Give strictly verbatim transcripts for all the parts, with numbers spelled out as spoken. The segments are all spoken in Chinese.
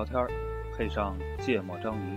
聊天，配上芥末章鱼。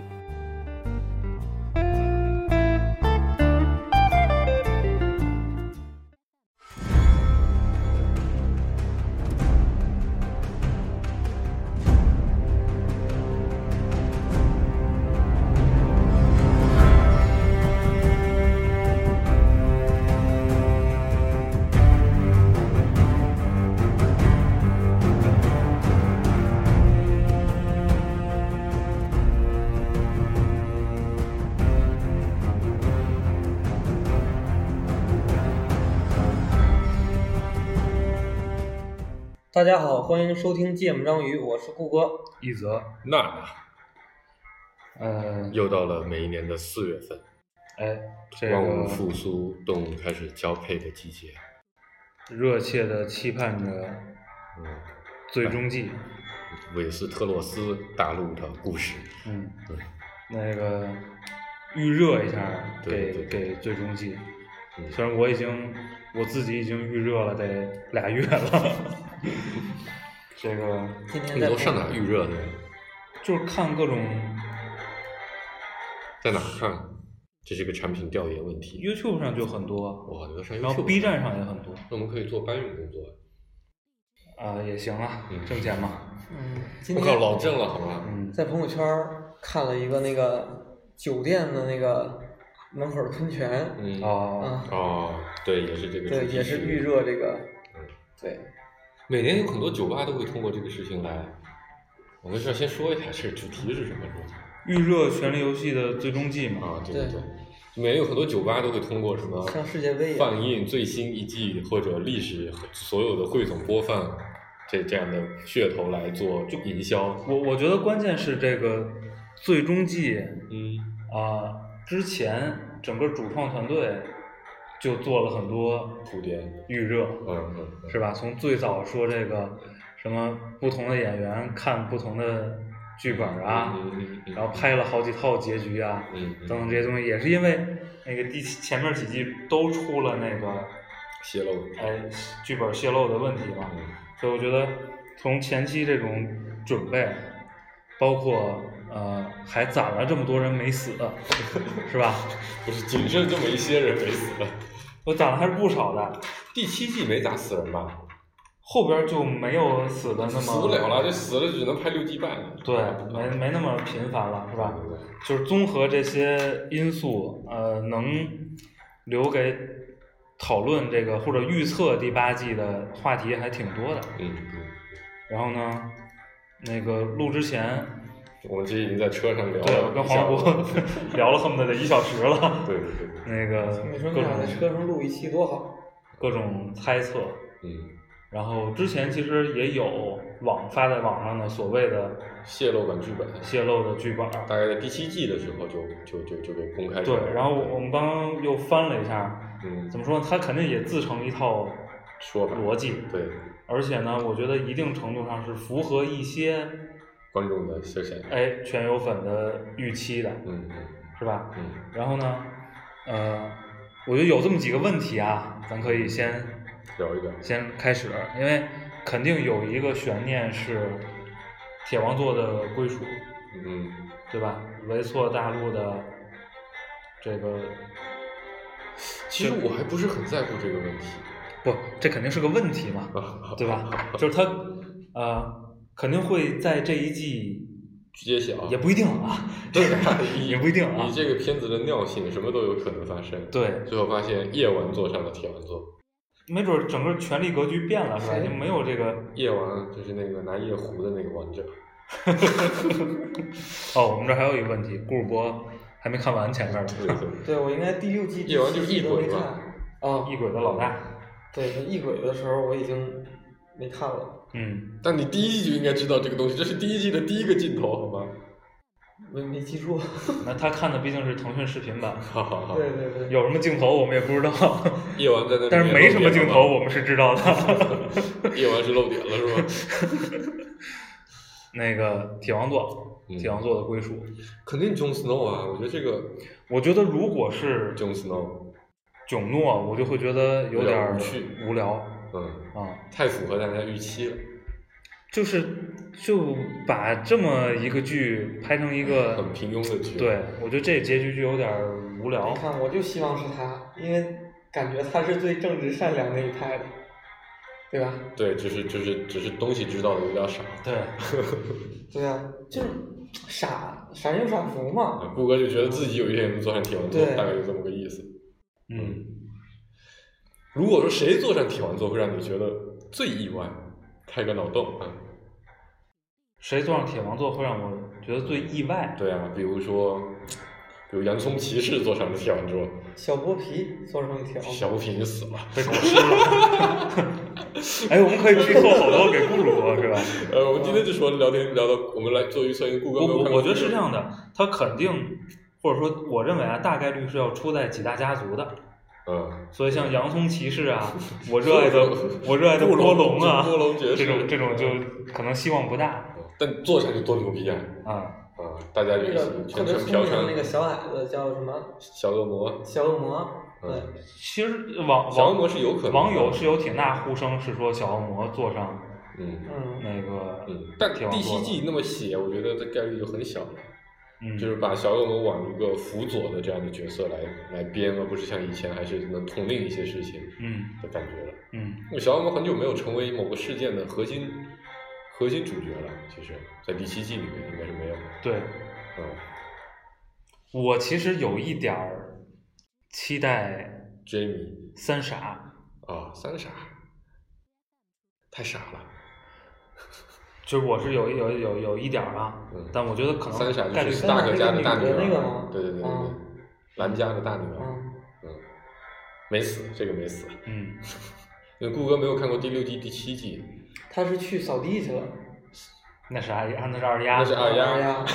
大家好，欢迎收听芥末章鱼，我是顾哥。 一泽， 娜娜， 呃， 又到了每一年的四月份， 哎，这万物个复苏，动物开始交配的季节， 热切的期盼着嗯， 最终季。 韦斯特洛斯大陆的故事， 嗯， 对， 那个预热一下，给对对对给最终季。 嗯虽然我已经我自己已经预热了得俩月了，这个今天在你都上哪预热的呀？ 就是看各种在哪看？这是个产品调研问题。 YouTube 上就很多， 哇，你都上 YouTube， 然后 B 站上也很多。 那我们可以做搬运工作。 啊、也行啊， 嗯挣钱嘛。 嗯，今我靠， 天老挣了好吗？ 嗯， 在朋友圈看了一个那个酒店的那个门口的喷泉， 嗯， 哦， 啊， 哦，对，也是这个主对， 题曲也是预热这个嗯， 对， 每年有很多酒吧都会通过这个事情来。我们是要先说一下这主题是什么，是吧？ 预热《权力游戏》的最终季嘛。 啊，对对对，每年有很多酒吧都会通过什么像世界杯一样放映最新一季或者历史所有的汇总播放这这样的噱头来做营销。 我我觉得关键是这个最终季嗯啊、之前整个主创团队就做了很多铺垫， 预热， 嗯嗯嗯， 是吧？从最早说这个什么不同的演员看不同的剧本啊， 嗯嗯嗯， 然后拍了好几套结局啊， 嗯嗯等等这些东西，也是因为那个第前面几季都出了那个泄露， 哎剧本泄露的问题嘛。 嗯所以我觉得从前期这种准备，包括呃还攒了这么多人没死，是吧？ 不是仅剩这么一些人没死， 我攒了还是不少的， 第七季没咋死人吧？ 后边就没有死的那么死不了了，这死了只能拍六季半。 对，没没那么频繁了，是吧？ 对对对就是综合这些因素，呃，能留给讨论这个或者预测第八季的话题还挺多的。 嗯嗯， 然后呢，那个录之前， 我们这已经在车上聊对我了一下午， 跟黄渤聊了恨不得得一小时了。 对对对对， 那个你说各种你俩在车上录一期多好， 各种猜测， 嗯， 然后之前其实也有网发在网上的所谓的泄露版剧本， 泄露的剧本， 大概在第七季的时候就就就就给公开出来了。 对，然后我们刚刚又翻了一下， 嗯， 怎么说呢？它肯定也自成一套说法逻辑， 对而且呢，我觉得一定程度上是符合一些观众的设想， 哎全友粉的预期的， 嗯嗯是吧？ 嗯然后呢，呃，我觉得有这么几个问题啊，咱可以先聊一聊， 先开始，因为肯定有一个悬念是铁王座的归属， 嗯， 对吧？维错大陆的这个， 其实我还不是很在乎这个问题， 不，这肯定是个问题嘛，对吧？就是他呃，肯定会在这一季， 揭晓也不一定啊， 对吧？ 也不一定啊以，这个片子的尿性，什么都有可能发生。 对， 最后发现夜王座上的铁王座， 没准整个权力格局变了，是吧？就没有这个。 夜王就是那个拿夜壶的那个王者。 哦，我们这儿还有一个问题，顾主播还没看完前面对的， 对， 对我应该第六季、第夜王就是七季都没看异鬼嘛啊， 异鬼的老大， 对，那异鬼的时候我已经没看了， 嗯， 但你第一季就应该知道这个东西，这是第一季的第一个镜头，好吗？ 没没记住， 那他看的毕竟是腾讯视频版， 好好好。 对对对， 有什么镜头我们也不知道， 夜王在那里面但是没什么镜头露我们是知道的。 点了吗夜王是露点了是吧？ 那个铁王座， 嗯铁王座的归属， 肯定 Jon Snow 啊，我觉得这个我觉得如果是 Jon Snow， 囧诺，我就会觉得有点儿有点无趣无聊嗯， 啊。 太符合大家预期了。 就是就把这么一个剧拍成一个很平庸的剧。 对，我觉得这结局就有点无聊。 你看，我就希望是他，因为感觉他是最正直善良那一派的，对吧？ 对，只是只是只是东西知道的有点少。 对， 对啊，就是傻傻人有傻福嘛。 顾哥就觉得自己有一天能坐上铁王座， 对大概就这么个意思。 嗯， 如果说谁坐上铁王座会让你觉得最意外，开个脑洞啊。 谁坐上铁王座会让我觉得最意外？ 对啊，比如说，比如洋葱骑士坐上了铁王座， 小剥皮坐上了铁王座， 小剥皮已经死了， 被狗吃了。哎，我们可以剧透好多给顾主播是吧？ 呃，我们今天就说聊天聊到，我们来做预测，因为顾哥没有看过。 我我觉得是这样的，他肯定，或者说我认为啊，大概率是要出在几大家族的。 嗯， 所以像洋葱骑士啊，我热爱的我热爱的波龙啊， 波龙爵士这种这种就可能希望不大。 但坐上去多牛逼啊！ 啊啊，大家就那个特别聪明的那个小矮子叫什么？ 小恶魔。 小恶魔。对。 其实网小恶魔是有可能。 网友是有挺大呼声，是说小恶魔坐上嗯那个嗯，但第七季那么写，我觉得这概率就很小了。 嗯， 就是把小恶魔往一个辅佐的这样的角色来来编，而不是像以前还是能统领一些事情嗯的感觉了。 嗯， 因为小恶魔很久没有成为某个事件的核心核心主角了，其实，在第七季里面应该是没有的。 对， 嗯， 我其实有一点儿期待 Jamie 三傻啊，三傻太傻了。 就是我是有有有有一点儿啊， 嗯， 但我觉得可能三傻概率就是 Stark 家的大女儿， 那个吗？ 对对对对对， 嗯、 蓝家的大女儿， 嗯， 嗯，没死，这个没死， 嗯， 因为顾哥没有看过第六季、第七季， 他是去扫地去了， 那是二那是二丫， 那是二丫， 二丫，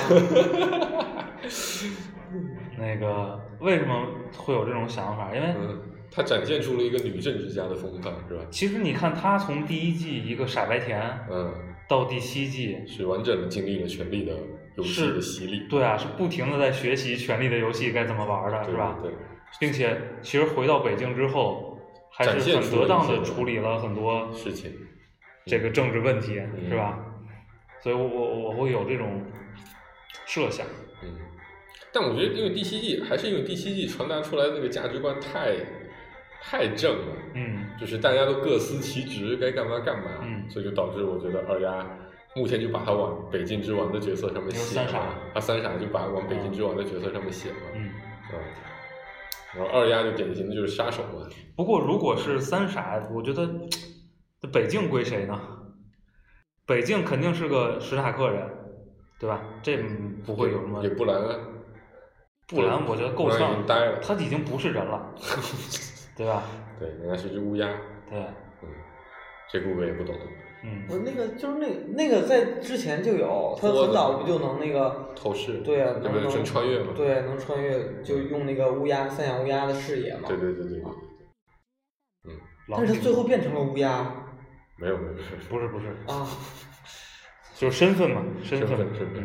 那个为什么会有这种想法？因为。 嗯，他展现出了一个女政治家的风范，是吧？ 其实你看，他从第一季一个傻白甜， 嗯， 到第七季是完整的经历了权力的游戏的洗礼。 对啊，是不停的在学习权力的游戏该怎么玩的， 对是吧？ 对。 并且，其实回到北京之后，还是很得当的处理了很多事情， 这个政治问题， 嗯、 是吧？所以我我我会有这种设想。 嗯，但我觉得，因为第七季还是因为第七季传达出来的那个价值观太。太正了， 嗯， 就是大家都各司其职，该干嘛干嘛， 嗯， 所以就导致我觉得二丫目前就把他往北境之王的角色上面写三傻， 他三傻就把往北境之王的角色上面写了， 嗯， 嗯，然后二丫就典型的就是杀手嘛。 不过如果是三傻，我觉得北境归谁呢？北境肯定是个史塔克人，对吧？这不会有什么。 也布兰啊， 布兰我觉得够呛， 呆了， 他已经不是人了。对吧？ 对，人家是只乌鸦。 对， 嗯，这顾哥也不懂。 嗯， 我那个就是那那个在之前就有，他很早不就能那个透视？ 对啊， 能能穿越嘛？ 对，能穿越，就用那个乌鸦三养乌鸦的视野嘛。 对对对对对。嗯。 但是他最后变成了乌鸦。 没有没有， 不是不是啊， 就是身份嘛，身份身份。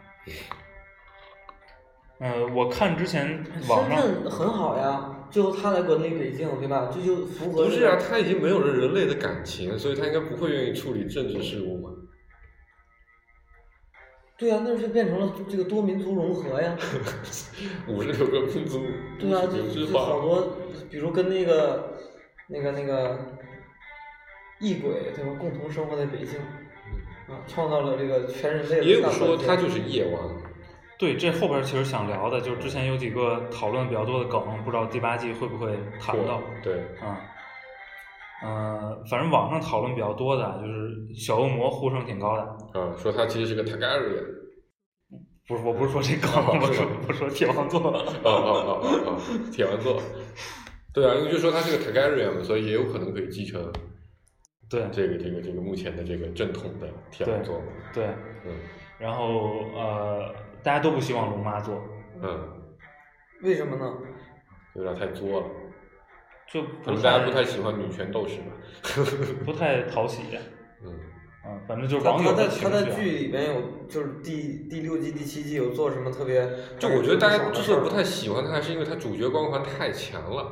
呃，我看之前网上身份很好呀，最后他来管理北京，对吧？这就符合。 不是啊，他已经没有了人类的感情，所以他应该不会愿意处理政治事务嘛。 对啊，那是变成了这个多民族融合呀。 五十六个民族。 对啊，就就好多，比如跟那个那个那个异鬼对吧，共同生活在北京，啊，创造了这个全人类的。 也有说他就是夜王。 对，这后边其实想聊的，就是之前有几个讨论比较多的梗，不知道第八季会不会谈到。 对， 啊，呃，反正网上讨论比较多的，就是小恶魔呼声挺高的。 啊，说他其实是个 Targaryen。 不是，我不是说这梗，我说我说铁王座。 哦哦哦哦哦，铁王座。对啊，因为就说他是个 Targaryen 嘛，所以也有可能可以继承。 对。 这个这个这个目前的这个正统的铁王座。 对。对嗯。 然后呃。大家都不希望龙妈做， 嗯， 为什么呢？ 有点太作了， 就可能大家不太喜欢女权斗士吧， 不太讨喜。 嗯， 啊，反正就是网友的情绪。他在他在剧里面有，就是第第六季、第七季有做什么特别？ 就我觉得大家之所以不太喜欢他，是因为他主角光环太强了。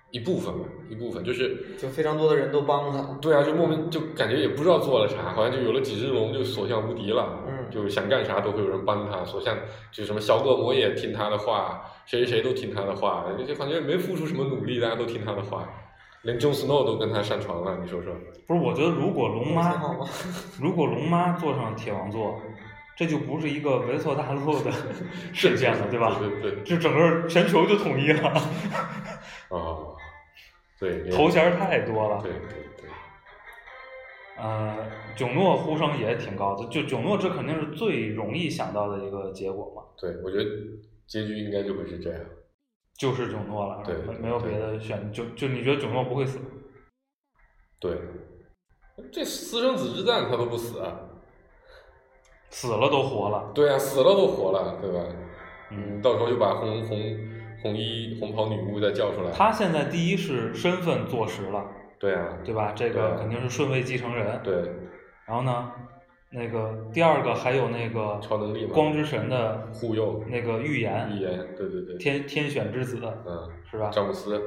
一部分吧，一部分就是就非常多的人都帮他。 对啊，就莫名就感觉也不知道做了啥，好像就有了几只龙就所向无敌了， 嗯， 就想干啥都会有人帮他，所向就什么小恶魔也听他的话，谁谁都听他的话，就感觉没付出什么努力，大家都听他的话，连 Jon Snow 都跟他上床了，你说说？ 不是，我觉得如果龙妈挺好吗？ 如果龙妈坐上铁王座，这就不是一个维索大陆的事件了，对吧？ 对对对， 这整个全球就统一了。 哦，对， 头衔太多了。 对对对。 呃，囧诺呼声也挺高的，就囧诺这肯定是最容易想到的一个结果嘛。 对，我觉得结局应该就会是这样。 就是囧诺了， 对， 没没有别的选，就就你觉得囧诺不会死？ 对，这私生子之战他都不死啊。 死了都活了。 对啊，死了都活了，对吧？ 嗯， 到时候就把红红红衣红袍女巫再叫出来。 他现在第一是身份坐实了， 对啊， 对吧？这个肯定是顺位继承人。 对。 然后呢，那个第二个还有那个超能力嘛， 光之神的护佑， 那个预言， 预言，对对对， 天天选之子， 嗯， 是吧？ 詹姆斯。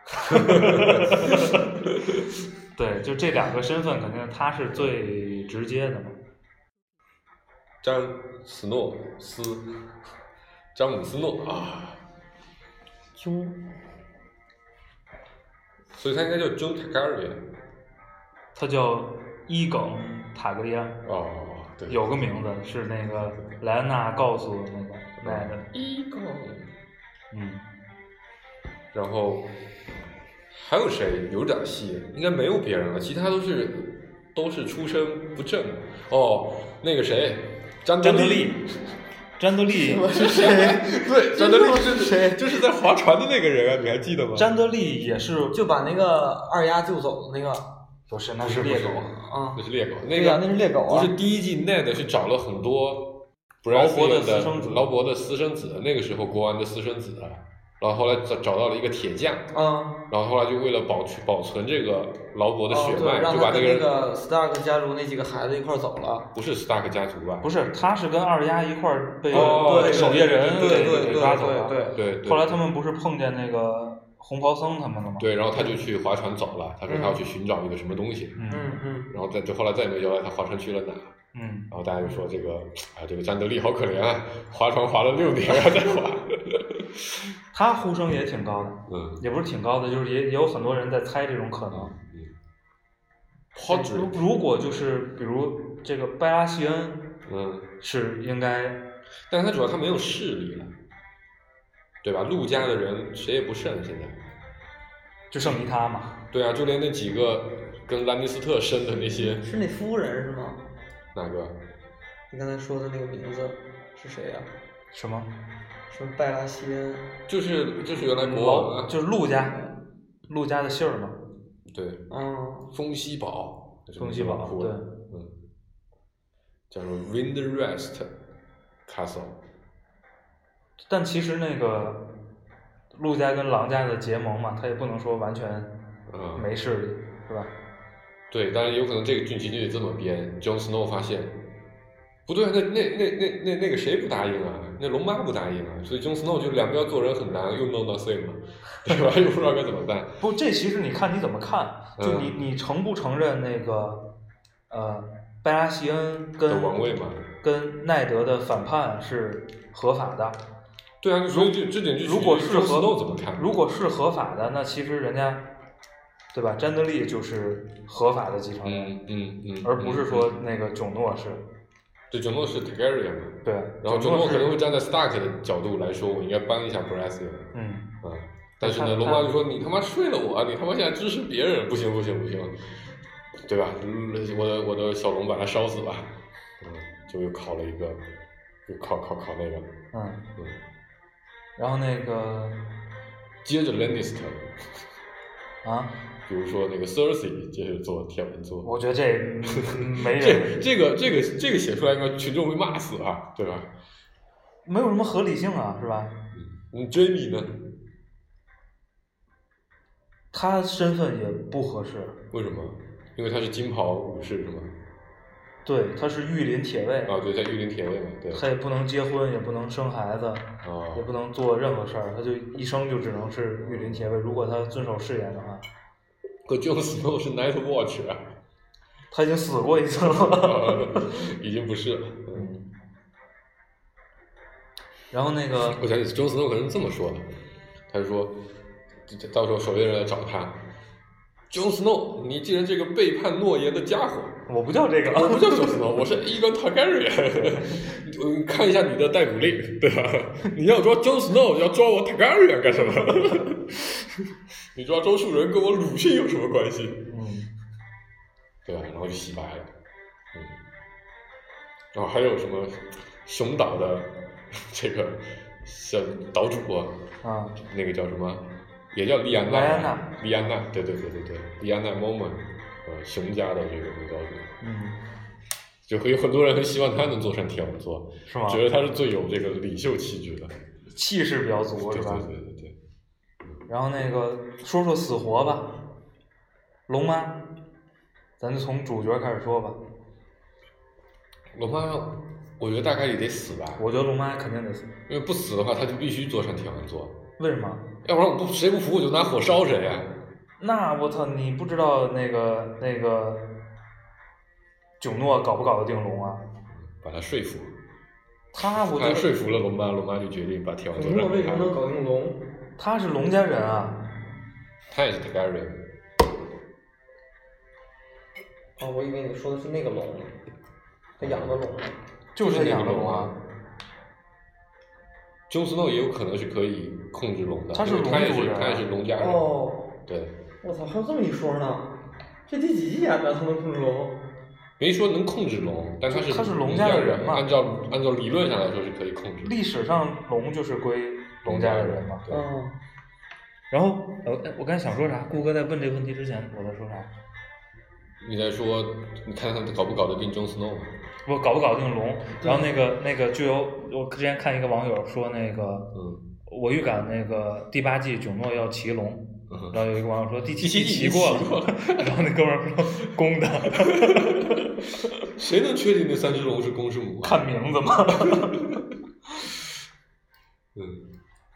对，就这两个身份，肯定他是最直接的嘛。 詹斯诺斯，詹姆斯诺啊， 凶， 所以他应该叫 Jon Targaryen。 他叫伊耿塔格利安。 哦，对， 有个名字是那个莱安娜告诉那个奈的。 伊耿。 嗯。 然后还有谁有点戏？应该没有别人了，其他都是都是出身不正。哦，那个谁。詹德利， 詹德利是谁？ 对，詹德利是谁？ 就是在划船的那个人啊，你还记得吗？ 詹德利也是就把那个二丫救走的那个， 不是，那是猎狗啊， 那是猎狗，那个、啊、那是猎狗啊。 不是第一季 Ned 是找了很多劳勃的私生子， 劳勃的私生子，那个时候国王的私生子。然后后来找找到了一个铁匠， 嗯， 然后后来就为了保保存这个劳勃的血脉， 哦、 就把那个那个 Stark 家族那几个孩子一块走了。 不是 Stark 家族吧？ 不是，他是跟二丫一块儿被哦守夜人给给抓走了。 对对对。 后来他们不是碰见那个红袍僧他们了吗？ 对，然后他就去划船走了，他说他要去寻找一个什么东西。 嗯嗯。 然后再就后来再也没交代他划船去了哪。 嗯。 然后大家就说这个啊，这个詹德利好可怜啊，划船划了六年啊，再划。 他呼声也挺高的， 嗯， 也不是挺高的，就是也也有很多人在猜这种可能。 嗯。 如如果就是比如这个拜拉席恩， 嗯， 是应该， 但是他主要他没有势力了，对吧？陆家的人谁也不剩，现在就剩一他嘛。 对啊，就连那几个跟兰尼斯特生的那些， 是那夫人是吗？ 哪个？ 你刚才说的那个名字是谁呀、啊？ 什么？ 什么拜拉席恩？ 就是就是原来国王、 啊，就是陆家，陆家的姓儿嘛。 对。 嗯。 风息堡。 风息堡，对。 嗯。叫做 Windrest Castle。 但其实那个陆家跟狼家的结盟嘛，他也不能说完全没势力， 嗯、 是吧？ 对，当然有可能这个剧情就得这么编。Jon Snow 发现，不对，那那那那那那个谁不答应啊？那龙妈不答应啊，所以 Jon Snow 就两边做人很难，又 know nothing 嘛，对吧？又不知道该怎么办。 不，这其实你看你怎么看，就你、嗯、你承不承认那个呃拜拉席恩跟王位嘛， 跟奈德的反叛是合法的。 对啊，所以这这点就如果是合怎么看？ 如果是合法的，那其实人家，对吧？詹德利就是合法的继承人， 嗯嗯嗯， 而不是说那个囧诺是。 对，囧诺是 Targaryen 嘛。 对。 然后囧诺可能会站在 Stark 的角度来说，我应该帮一下 Baratheon。 嗯。 啊，但是呢，龙妈就说你他妈睡了我，你他妈现在支持别人，不行不行不行，对吧？我的我的小龙把他烧死吧。嗯，就又考了一个，又考考考那个。 嗯嗯。 然后那个， 接着 Lannister， 啊， 比如说那个 Cersei 接着做天文座， 我觉得这没人，这这个这个这个写出来，应该群众会骂死啊，对吧？ 没有什么合理性啊，是吧？ 嗯 ，Jaime 呢？ 他身份也不合适。 为什么？因为他是金袍武士是吗？ 对，他是御林铁卫。 啊，对，在御林铁卫嘛，对。 他也不能结婚，也不能生孩子， 哦、 也不能做任何事儿，他就一生就只能是御林铁卫。如果他遵守誓言的话。 可 Jon Snow 是 Night Watch 啊。 他已经死过一次了。 已经不是了。嗯。 然后那个， 我想起 Jon Snow 可能是这么说的，他就说，到时候守卫人来找他 ，Jon Snow， 你既然这个背叛诺言的家伙， 我不叫这个， 我不叫 Jon Snow， 我是 Aegon Targaryen， 嗯，看一下你的逮捕令，对吧？你要抓 Jon Snow， 要抓我 Targaryen 干什么？你抓周树人跟我鲁迅有什么关系？ 嗯，对吧？然后就洗白了，嗯，然后还有什么熊岛的这个小岛主啊， 啊， 那个叫什么？也叫莉安娜， 莉安娜， 莉安娜，对对对对对，莉安娜 moment， 呃，熊家的这个女岛主， 嗯， 就有很多人很希望她能坐上铁王座， 是吗？ 觉得她是最有这个领袖气质的， 气势比较足，是吧？ 对对对对。 然后那个说说死活吧，龙妈，咱就从主角开始说吧。 龙妈，我觉得大概也得死吧。 我觉得龙妈肯定得死， 因为不死的话，她就必须坐上铁王座。 为什么？ 要不然我不谁不服我就拿火烧谁呀、啊。 那我操，你不知道那个那个囧诺搞不搞得定龙啊？ 把他说服。 他我他说服了龙妈，龙妈就决定把铁王座让给他。 囧诺为什么能搞定龙？ 他是龙家人啊。 他也是 Targaryen。 哦，我以为你说的是那个龙呢，他养的龙。 就是他养的龙啊。 Jon Snow 也有可能是可以控制龙的， 他是龙族人，他也是龙家人。 哦。 对。 我操，还有这么一说呢？这第几集演的他能控制龙？ 没说能控制龙，但他是他是龙家的人嘛？ 按照按照理论上来说是可以控制。 历史上龙就是归龙家的人嘛。 对。 嗯。 然后，呃，我刚才想说啥？顾哥在问这个问题之前，我在说啥？ 你在说，你看他搞不搞得定 Jon Snow 不搞不搞定龙？然后那个那个就有我之前看一个网友说那个， 嗯， 我预感那个第八季囧诺要骑龙， 嗯、 然后有一个网友说第七季骑过了，然后那哥们儿说公的。 谁能确定那三只龙是公是母、啊？ 看名字嘛。 嗯。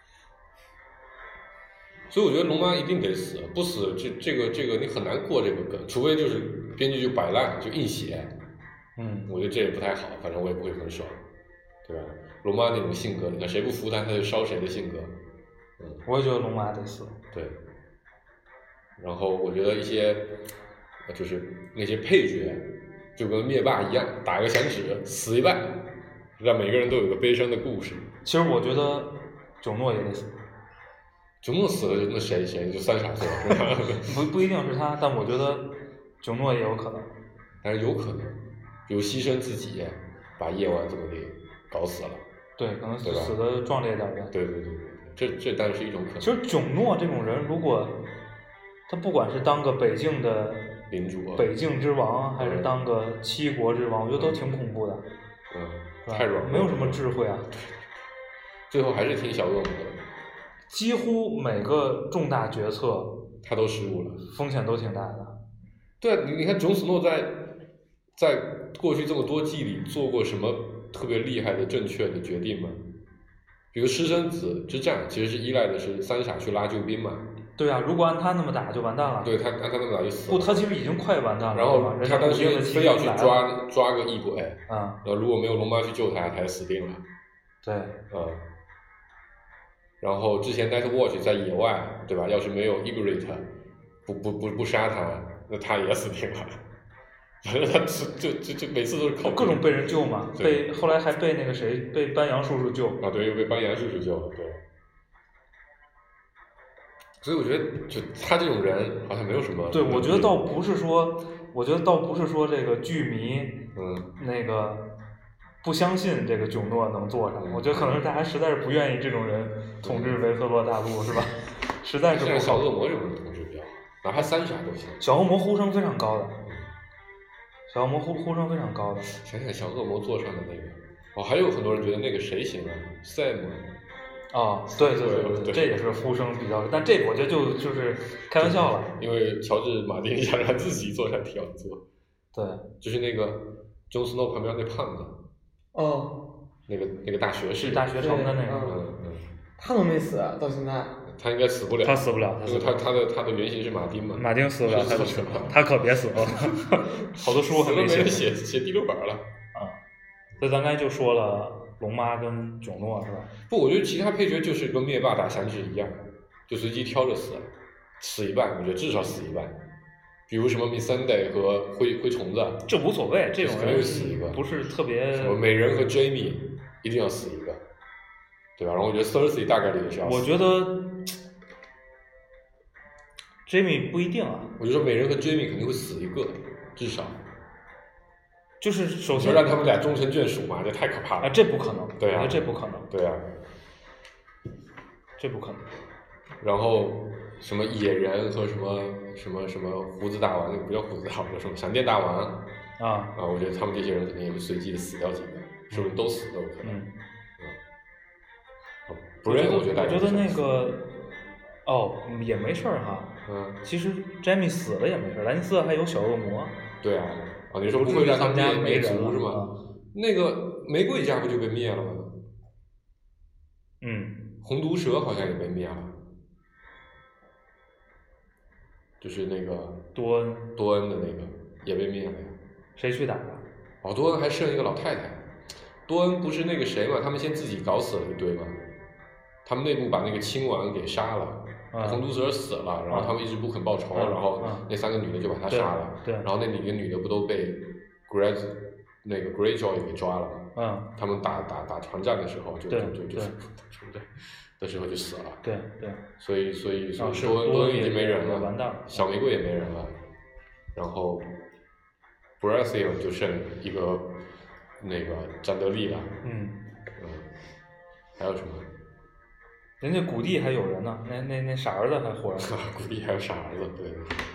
所以我觉得龙妈一定得死，不死这这个这个你很难过这个梗，除非就是编剧就摆烂就硬写。 嗯， 我觉得这也不太好，反正我也不会很爽，对吧？龙妈那种性格，你看谁不服他，他就烧谁的性格。嗯， 我也觉得龙妈得死。 对。然后我觉得一些就是那些配角，就跟灭霸一样，打个响指死一半，让每个人都有个悲伤的故事。 其实我觉得囧诺也得死。 囧诺死了，那谁谁就三傻子了，是吧？ 不不一定是他，但我觉得囧诺也有可能。 但是有可能，有牺牲自己，把夜晚这么给搞死了。 对，可能死的壮烈点的。 对对对对，这这当然是一种可能。 其实囧诺这种人，如果他不管是当个北境的领主、 北境之王，还是当个七国之王，我觉得都挺恐怖的。 嗯，太软了， 没有什么智慧啊。 最后还是听小恶魔的。 几乎每个重大决策， 他都失误了， 风险都挺大的。 对啊，你你看，囧斯诺在在过去这么多季里做过什么特别厉害的正确的决定吗？比如狮身子之战，其实是依赖的是三傻去拉救兵嘛。 对啊，如果按他那么打就完蛋了。 对他按他那么打就死了。 不，他其实已经快完蛋了。 然后他当时非要去抓抓个异鬼， 嗯， 然后如果没有龙妈去救他，他就死定了。 对， 嗯。然后之前 Night Watch 在野外，对吧？要是没有 Ygritte 不不不不杀他，那他也死定了。反正他就就就每次都是靠各种被人救嘛，被后来还被那个谁被班扬叔叔救啊，对，又被班扬叔叔救了，对。所以我觉得，就他这种人好像没有什么。 对，我觉得倒不是说，我觉得倒不是说这个剧迷， 嗯， 那个。不相信这个囧诺能做上，我觉得可能是大家实在是不愿意这种人统治维特洛大陆，是吧？实在是不好。 小恶魔这种人统治比较好，哪怕三傻都行。 小恶魔呼声非常高的，小恶魔呼呼声非常高的。 想想小恶魔做上的那个，哦，还有很多人觉得那个谁行啊 ，Sam。 哦，对对对对对， 这也是呼声比较，但这个我觉得就就是开玩笑了。 因为乔治马丁想让自己坐上铁王座。 对， 就是那个。 Jon Snow 旁边那胖子。 哦。 那个那个大学士。 大学城的那个。 嗯嗯。 他都没死啊，到现在。 他应该死不了。 他死不了， 因为他他的他的原型是马丁嘛。 马丁死不了，他死不了，他可别死了。好多书还没写。 写写第六本了。 啊，所以咱刚才就说了龙妈跟囧诺是吧？ 不，我觉得其他配角就是跟灭霸打响指一样，就随机挑着死，死一半，我觉得至少死一半。比如什么 Missandei 和灰灰虫子， 这无所谓，这种人死一个， 不是特别。 什么美人和 Jamie 一定要死一个，对吧？然后我觉得 Cersei 大概率也是要死。 我觉得 Jamie 不一定啊。 我就说美人和 Jamie 肯定会死一个，至少。 就是首先让他们俩终成眷属嘛，这太可怕了。 啊，这不可能。 对啊， 这不可能。 对啊， 这不可能。 然后什么野人和什么什么什么胡子大王，那个不叫胡子大王，叫什么闪电大王啊啊！我觉得他们这些人肯定也会随机的死掉几个，说不定都死都有可能。 嗯。 嗯。不认，我觉得。 我觉得那个哦也没事儿哈。 嗯。 其实 Jamie 死了也没事，兰尼斯特还有小恶魔。 对啊。啊，你说不会让他们家灭族是吗？那个玫瑰家不就被灭了吗？ 嗯。 红毒蛇好像也被灭了，就是那个多恩多恩的那个也被灭了呀。 谁去打的？ 哦，多恩还剩一个老太太。多恩不是那个谁嘛？他们先自己搞死了一堆嘛。他们内部把那个亲王给杀了。 嗯、 红毒蛇死了，然后他们一直不肯报仇， 嗯、 然后那三个女的就把他杀了， 对， 然后那几个女的不都被 Grey 那个 Greyjoy 给抓了吗？ 嗯， 他们打打打船战的时候就就就就船战的时候就死了， 对对， 所以所以所以多多恩已经没人了， 完蛋了， 小玫瑰也没人了，然后 Baratheon 就剩一个那个战德利了， 嗯嗯，还有什么？ 人家谷地还有人呢，那那那傻儿子还活着。 谷地还有傻儿子，对。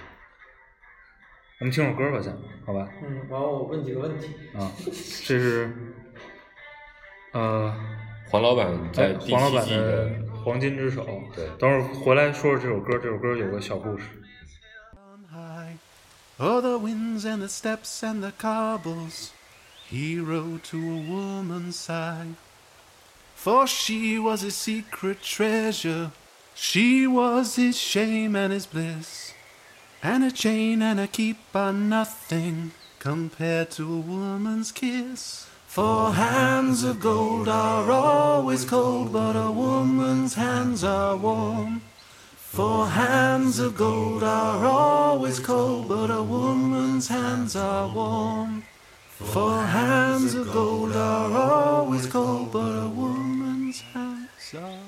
我们听首歌吧，先，好吧？ 嗯，完了我问几个问题。 啊，这是，呃， 黄老板在第七季的 《黄金之手》。 对。 等会儿回来说说这首歌，这首歌有个小故事。 Oh, the winds and the steps and the cobbles, hero to a woman's side. For she was his secret treasure, she was his shame and his bliss. And a chain and a keep are nothing compared to a woman's kiss. For hands of gold are always cold, but a woman's hands are warm. For hands of gold are always cold, but a woman's hands are warm. For hands of gold are always cold, but a woman's hands are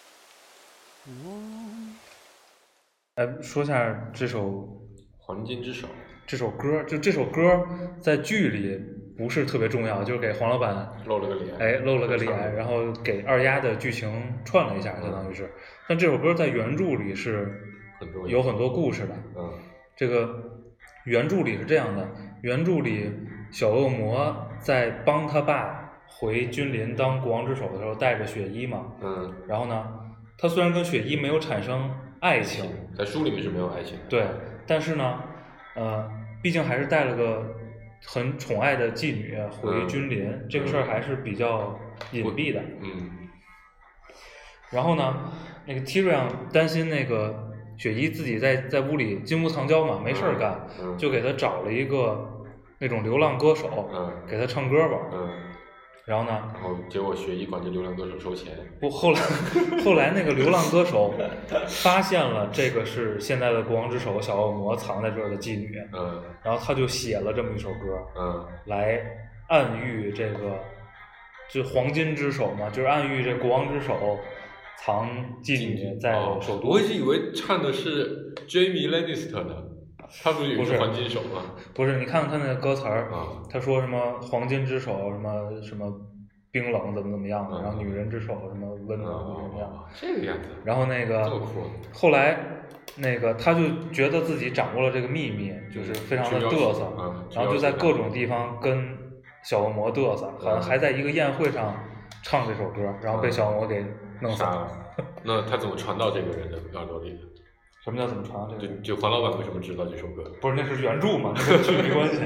warm. 哎，说下这首《 黄金之手》 这首歌，就这首歌在剧里不是特别重要，就是给黄老板露了个脸， 哎，露了个脸，然后给二丫的剧情串了一下，相当于是。但这首歌在原著里是有很多故事的。 嗯， 这个原著里是这样的，原著里小恶魔在帮他爸回君临当国王之首的时候带着雪衣嘛。 嗯。 然后呢，他虽然跟雪衣没有产生爱情， 在书里面是没有爱情的。 对，但是呢，呃，毕竟还是带了个很宠爱的妓女回君临，嗯、这个事儿还是比较隐蔽的。 嗯。 然后呢，那个 Tyrion 担心那个雪衣自己在在屋里金屋藏娇嘛，没事儿干， 嗯嗯、 就给他找了一个那种流浪歌手， 嗯、 给他唱歌吧。 嗯。 然后呢？ 然后结果雪衣管这流浪歌手收钱。 不，后来后来那个流浪歌手发现了这个是现在的国王之首小恶魔藏在这儿的妓女， 嗯， 然后他就写了这么一首歌， 嗯， 来暗喻这个，就黄金之手嘛，就是暗喻这国王之首藏妓女在首都。 哦、我一直以为唱的是 Jamie Lannister 呢。他不是有个黄金手吗？ 不是，你看看他那个歌词儿， 啊、 他说什么黄金之手，什么什么冰冷怎么怎么样的， 嗯、 然后女人之手什么温暖怎么怎么样， 哦、这个样子。 然后那个这么酷。 后来那个他就觉得自己掌握了这个秘密，就是非常的嘚瑟， 嗯、 然后就在各种地方跟小恶魔嘚瑟，好像还在一个宴会上唱这首歌，然后被小恶魔给弄死了。 那他怎么传到这个人的耳朵里的？ 什么叫怎么传？这个就就黄老板为什么知道这首歌？ 不是，那是原著嘛，那跟剧没关系。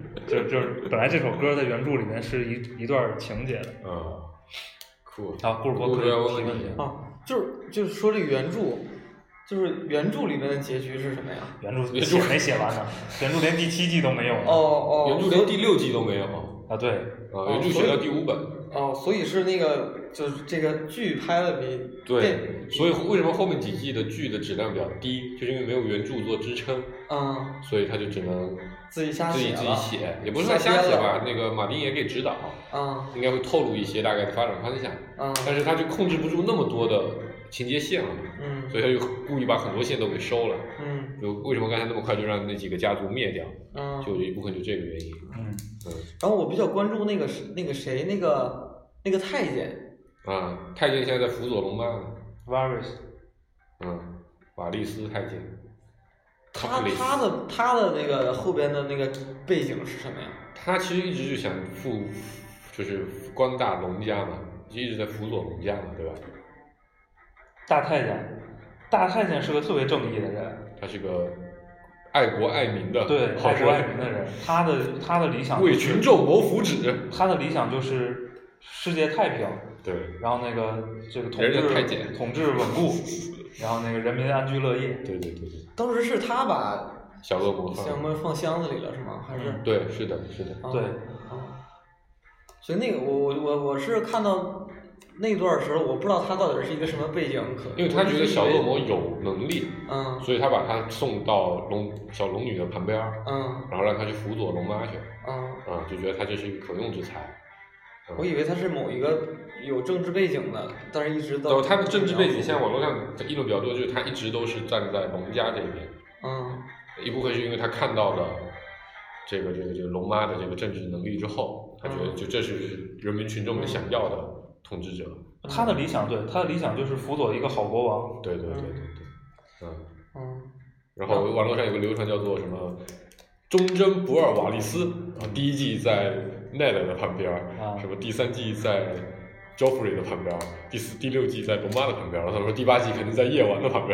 就就是本来这首歌在原著里面是一一段情节的。 啊，酷。 啊，顾世博可以提问题啊，就是就是说这个原著，就是原著里面的结局是什么呀？ 原著写没写完呢，原著连第七季都没有呢。 哦哦， 原著连第六季都没有。 啊，对。 啊，原著写到第五本。 哦，所以是那个，就是这个剧拍的比对，所以为什么后面几季的剧的质量比较低，就是因为没有原著做支撑， 嗯， 所以他就只能自己瞎写自己自己写，也不是说瞎写吧，那个马丁也给指导， 嗯， 应该会透露一些大概的发展方向， 嗯， 但是他就控制不住那么多的情节线了， 嗯， 所以他就故意把很多线都给收了， 嗯， 就为什么刚才那么快就让那几个家族灭掉， 嗯， 就有一部分就这个原因， 嗯嗯， 然后我比较关注那个那个谁那个。那个太监啊，太监现在在辅佐龙妈呢。 Varys， 嗯，瓦利斯太监。 他他的他的那个后边的那个背景是什么呀？ 他其实一直就想复，就是光大龙家嘛，一直在辅佐龙家嘛，对吧？ 大太监，大太监是个特别正义的人。 他是个爱国爱民的， 对，爱国爱民的人。他的他的理想、就是、 为群众谋福祉。 他的理想就是世界太平， 对， 然后那个这个统治统治稳固，然后那个人民安居乐业。 对对对对。 当时是他把小恶魔小恶魔放箱子里了是吗？还是？ 嗯、 对，是的，是的。 对。 啊。所以那个我我我我是看到那段时候，我不知道他到底是一个什么背景，可因为他觉得小恶魔有能力， 嗯， 所以他把他送到龙小龙女的旁边， 嗯， 然后让他去辅佐龙妈去， 嗯， 啊，就觉得他这是一个可用之才。 我以为他是某一个有政治背景的，但是一直都。 他的政治背景，现在网络上议论比较多，就是他一直都是站在龙家这边。 嗯。 一部分是因为他看到了这个这个这个龙妈的这个政治能力之后，他觉得就这是人民群众们想要的统治者。 他的理想，对他的理想就是辅佐一个好国王。 对对对对对，嗯。 嗯。 然后网络上有个流传叫做什么“忠贞不二瓦利斯”，啊，第一季在奈德的旁边， 啊， 什么第三季在 Joffrey 的旁边，第四、第六季在龙妈的旁边，然后他说第八季肯定在夜晚的旁边。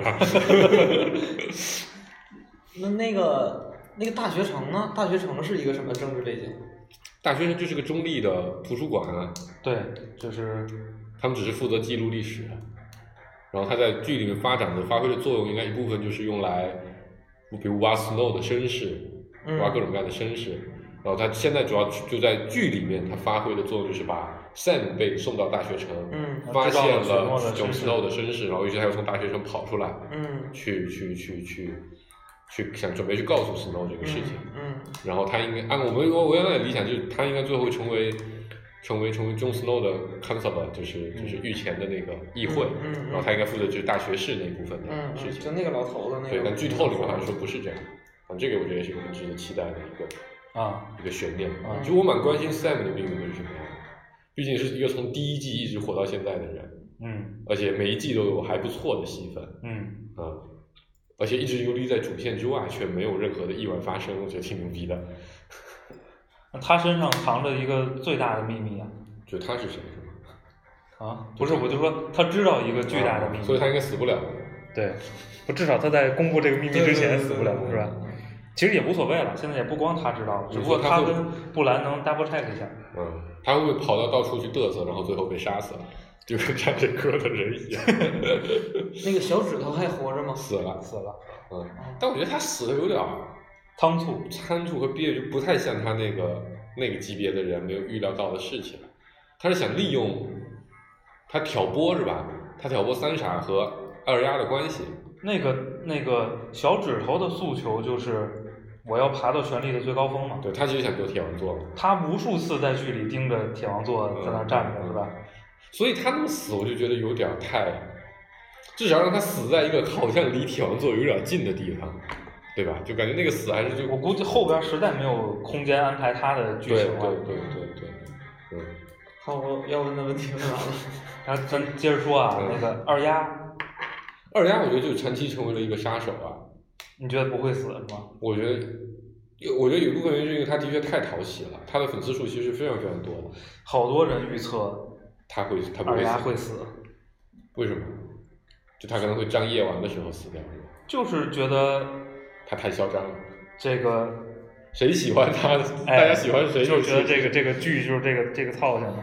那那个那个大学城呢？大学城是一个什么政治背景？ 大学城就是个中立的图书馆啊。 对，就是他们只是负责记录历史，然后他在剧里面发展的发挥的作用，应该一部分就是用来，比如挖 Snow 的身世，挖各种各样的身世。嗯，然后他现在主要就在剧里面，他发挥的作用就是把 Sam 被送到大学城， 嗯， 发现了 Jon Snow 的身世，然后于是他又从大学城跑出来， 嗯， 去去去去去想准备去告诉 Snow 这个事情， 嗯，嗯，然后他应该按我们我原来的理想，就是他应该最后会成为成为成为 Jon Snow 的 Constable， 就是就是御前的那个议会， 嗯，嗯， 然后他应该负责就是大学士那部分的事情， 嗯，就那个老头子那个， 对，但剧透里面好像说不是这样，啊，这个我觉得也是一个很值得期待的一个。 啊， 一个悬念。 啊， 就我蛮关心 Sam 的命运会是什么样的，毕竟是一个从第一季一直活到现在的人， 嗯， 而且每一季都有还不错的戏份， 嗯， 啊，而且一直游离在主线之外，却没有任何的意外发生，我觉得挺牛逼的。 他身上藏着一个最大的秘密啊！ 就他是谁是吗？啊，不是，我就说他知道一个巨大的秘密， 啊，所以他应该死不了。 对，不，至少他在公布这个秘密之前死不了，是吧？其实也无所谓了，现在也不光他知道了，只不过他跟布兰能 double check 一下。 嗯，他会不会跑到到处去嘚瑟，然后最后被杀死了，就跟唱这歌的人一样？ 那个小指头还活着吗？ 死了， 死了。 嗯，但我觉得他死的有点仓促， 仓促和憋就不太像他那个那个级别的人没有预料到的事情。他是想利用他挑拨是吧？他挑拨三傻和二丫的关系。 那个那个小指头的诉求就是我要爬到权力的最高峰嘛。 对，他其实想做铁王座。 他无数次在剧里盯着铁王座在那站着， 嗯、 是吧？ 所以他那么死，我就觉得有点太，至少让他死在一个好像离铁王座有点近的地方，对吧？就感觉那个死还是就我估计后边实在没有空间安排他的剧情了。 对对对对对，嗯。 好，我要问的问题问完了。 然后咱接着说啊，嗯、那个二丫。 二丫，我觉得就长期成为了一个杀手啊。 你觉得不会死是吗？ 我觉得，我觉得有一部分原因是因为他的确太讨喜了，他的粉丝数其实非常非常多的。 好多人预测他会，他不会死。 二丫会死。 为什么？就他可能会张夜晚的时候死掉。 就是觉得他太嚣张了。 这个谁喜欢他， 哎、 大家喜欢谁就觉得这个这个剧就是这个这个操性的。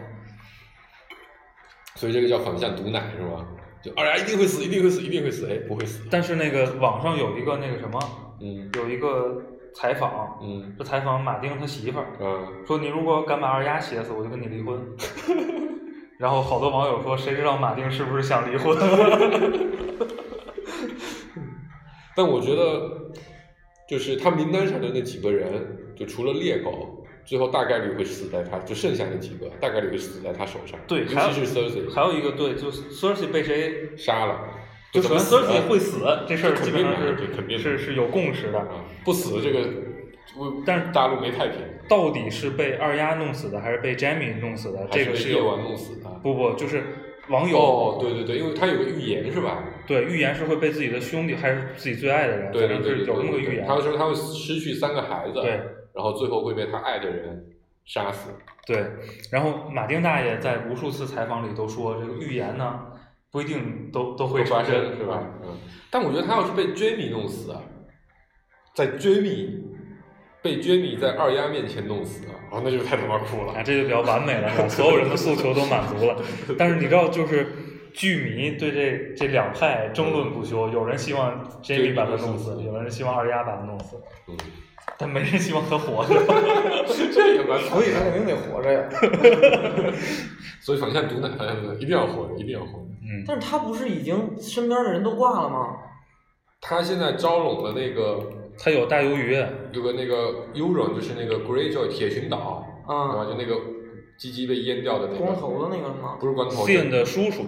所以这个叫反向毒奶是吧？就二丫一定会死，一定会死，一定会死，哎，不会死。 但是那个网上有一个那个什么， 嗯， 有一个采访， 嗯， 就采访马丁他媳妇儿， 嗯， 说你如果敢把二丫写死，我就跟你离婚。然后好多网友说，谁知道马丁是不是想离婚？ 但我觉得，就是他名单上的那几个人，就除了猎狗，最后大概率会死在他，就剩下那几个大概率会死在他手上。 对， 尤其是 Cersei， 还有一个对，就是 Cersei 被谁杀了， 就首先 Cersei 会死，这事儿基本上是肯定是是有共识的。 啊，不死这个， 但是大陆没太平。 到底是被二丫弄死的，还是被 Jaime 弄死的？这个是夜晚弄死的。 不不，就是网友。 哦，对对对，因为他有个预言是吧？ 对，预言是会被自己的兄弟还是自己最爱的人， 对对对， 是有这么个预言。 他说他会失去三个孩子， 对， 然后最后会被他爱的人杀死。 对，然后马丁大爷在无数次采访里都说，这个预言呢不一定都都会发生， 是吧？嗯。但我觉得他要是被 Jaime 弄死啊，在 Jaime 被 Jaime 在二丫面前弄死啊，哦，那就太他妈酷了。 啊，这就比较完美了，是吧？所有人的诉求都满足了。但是你知道，就是剧迷对这这两派争论不休，有人希望 Jaime 把他弄死，有人希望二丫把他弄死， 嗯， 但没人希望他活着。 这也蛮， 所以他肯定得活着呀。 所以反向毒奶，反向毒奶一定要活着，一定要活着。 嗯， 但是他不是已经身边的人都挂了吗？ 他现在招拢了那个， 他有大鱿鱼， 有个那个 Euron， 就是那个 Greyjoy 铁群岛， 啊， 对吧？就那个鸡鸡被阉掉的那个光头的那个是吗？ 不是光头 Theon 的叔叔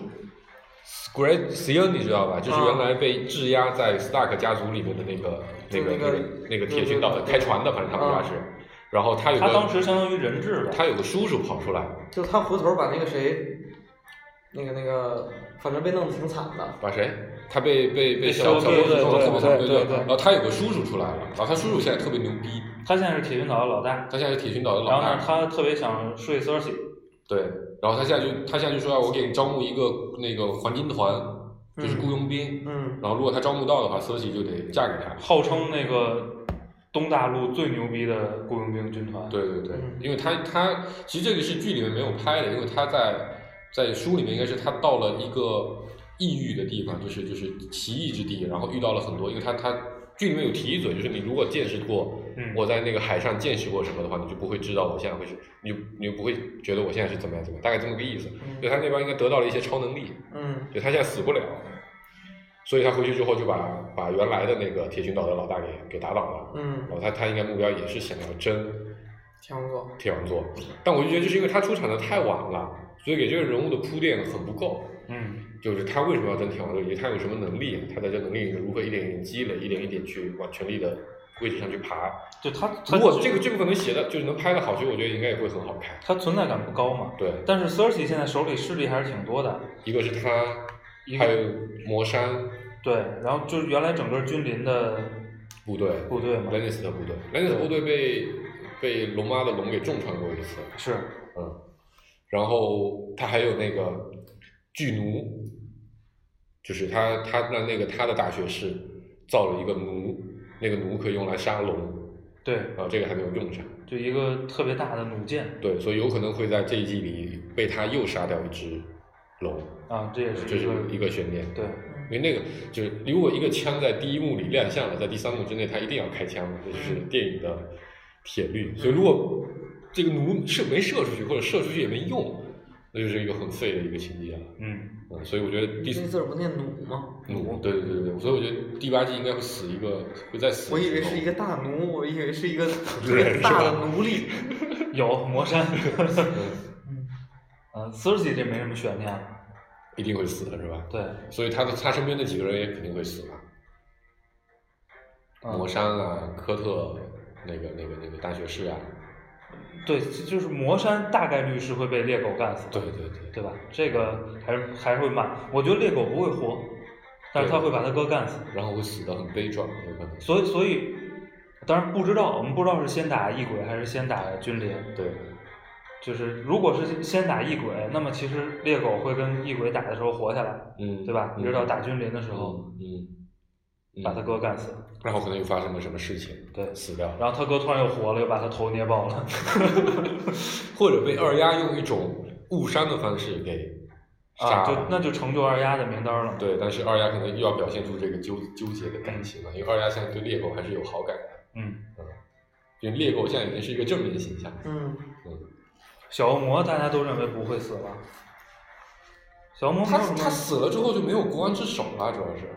Grey Theon 你知道吧？就是啊原来被质押在 Stark 家族里面的那个那个就那个那个那个铁群岛的开船的，反正他们家是。然后他有个他当时相当于人质了， 他有个叔叔跑出来， 就他回头把那个谁，那个那个，反正被弄得挺惨的。 把谁？他被被被被小小削对弄得特别惨， 对对对对然后他有个叔叔出来了，然后他叔叔现在特别牛逼， 他现在是铁群岛的老大， 他现在是铁群岛的然后呢， 老大。 他特别想睡 Cersei， 对，然后他现在就他现在就说，我给你招募一个那个黄金团，就是雇佣兵。 嗯。 然后如果他招募到的话，Cersei 就得嫁给他。 号称那个东大陆最牛逼的雇佣兵军团。 对对对， 嗯因为他他其实这个是剧里面没有拍的，因为他在在书里面应该是他到了一个异域的地方，就是就是奇异之地，然后遇到了很多，因为他他剧里面有提一嘴，就是你如果见识过嗯我在那个海上见识过什么的话，你就不会知道我现在会是，你就你就不会觉得我现在是怎么样怎么样，大概这么个意思。 嗯就他那边应该得到了一些超能力， 嗯就他现在死不了，所以他回去之后就把把原来的那个铁群岛的老大给给打倒了。 嗯， 然后他他应该目标也是想要争天王座。 铁王座，但我就觉得就是因为他出场的太晚了，所以给这个人物的铺垫很不够。 嗯， 就是他为什么要争铁王座，以及他有什么能力，他在这能力里面如何一点一点积累，一点一点去往权力的位置上去爬。 就他，他如果这个这部分能写的，就是能拍的好，其实我觉得应该也会很好看。 他存在感不高嘛。 对， 但是 Cersei 现在手里势力还是挺多的， 一个是他， 一个还有魔山对，然后就是原来整个君临的部队， 部队嘛， 兰尼斯特部队，兰尼斯特部队被被龙妈的龙给重创过一次。 是， 嗯，然后他还有那个巨奴，就是他他让那个他的大学士造了一个弩，那个弩可以用来杀龙， 对， 啊，这个还没有用上。 就一个特别大的弩箭对，所以有可能会在这一季里被他又杀掉一只龙， 啊，这也是这是一个一个悬念。 对， 因为那个就是如果一个枪在第一幕里亮相了，在第三幕之内他一定要开枪，这就是电影的铁律。所以如果这个弩射没射出去，或者射出去也没用，那就是一个很废的一个情节了。 嗯， 嗯，所以我觉得第这字儿不念弩吗？ 弩，对对对对，所以我觉得第八季应该会死一个，会再死。 我以为是一个大奴，我以为是一个特别大的奴隶。 有魔山， 嗯嗯，Cersei 这没什么悬念了， 一定会死的是吧？ 对， 所以他的他身边那几个人也肯定会死吧。 嗯魔山啊，科特，那个那个那个大学士啊， 对，就是魔山大概率是会被猎狗干死的， 对对对， 对吧？这个还是还是会慢，我觉得猎狗不会活，但是他会把他哥干死， 然后会死得很悲壮，有可能。 所以所以，当然不知道，我们不知道是先打异鬼还是先打君临， 对， 就是如果是先打异鬼，那么其实猎狗会跟异鬼打的时候活下来， 嗯， 对吧？ 嗯一直到打君临的时候， 嗯嗯把他哥干死， 然后可能又发生了什么事情， 对， 死掉， 然后他哥突然又活了，又把他头捏爆了， 或者被二丫用一种误伤的方式给杀啊， 了， 就那就成就二丫的名单了。 对，但是二丫可能又要表现出这个纠纠结的感情了，因为二丫现在对猎狗还是有好感的， 嗯嗯，因为猎狗现在已经是一个正面形象， 嗯嗯， 小恶魔大家都认为不会死吧？小恶魔他他死了之后就没有国王之手了，主要是。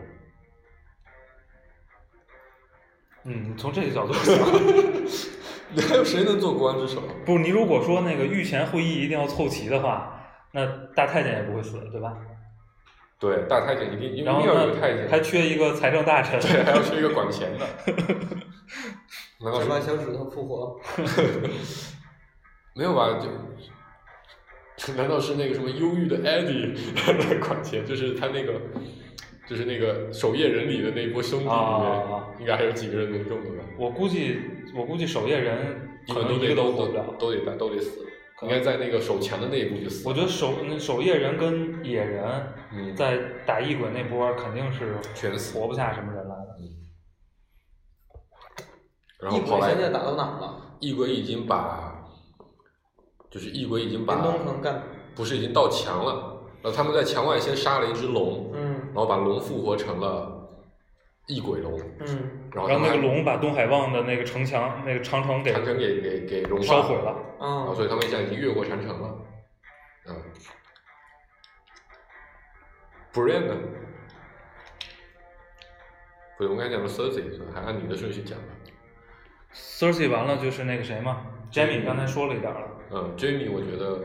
嗯，从这个角度想， 你还有谁能做国王之手？ 不，你如果说那个御前会议一定要凑齐的话，那大太监也不会死，对吧？ 对，大太监一定，因为然后要有太监， 还缺一个财政大臣， 对，还要缺一个管钱的。难道是只把小指头复活？ 没有吧？就难道是那个什么忧郁的艾迪来管钱？就是他那个，就是那个守夜人里的那一波兄弟里面， 啊、 应该还有几个人能用的吧？ 我估计，我估计守夜人可能一个都都活不了， 都得都得死。应该在那个守墙的那一步就死了。 我觉得守那守夜人跟野人， 嗯， 在打异鬼那波肯定是全死， 活不下什么人来的。 嗯。然后跑来， 异鬼现在打到哪儿了？ 异鬼已经把，就是异鬼已经把林东城干， 不是已经到墙了，然后他们在墙外先杀了一只龙， 嗯， 然后把龙复活成了异鬼龙， 嗯， 然后然后那个龙把东海望的那个城墙、那个长城给长城给给给融化烧毁了， 啊、 哦，所以他们现在已经越过长城了，嗯 ，Brian 呢？不对，我刚才讲的 Cersei， 还按你的顺序讲吧。 Cersei 完了就是那个谁嘛 ，Jaime 刚才说了一点了。 嗯 ，Jaime 我觉得，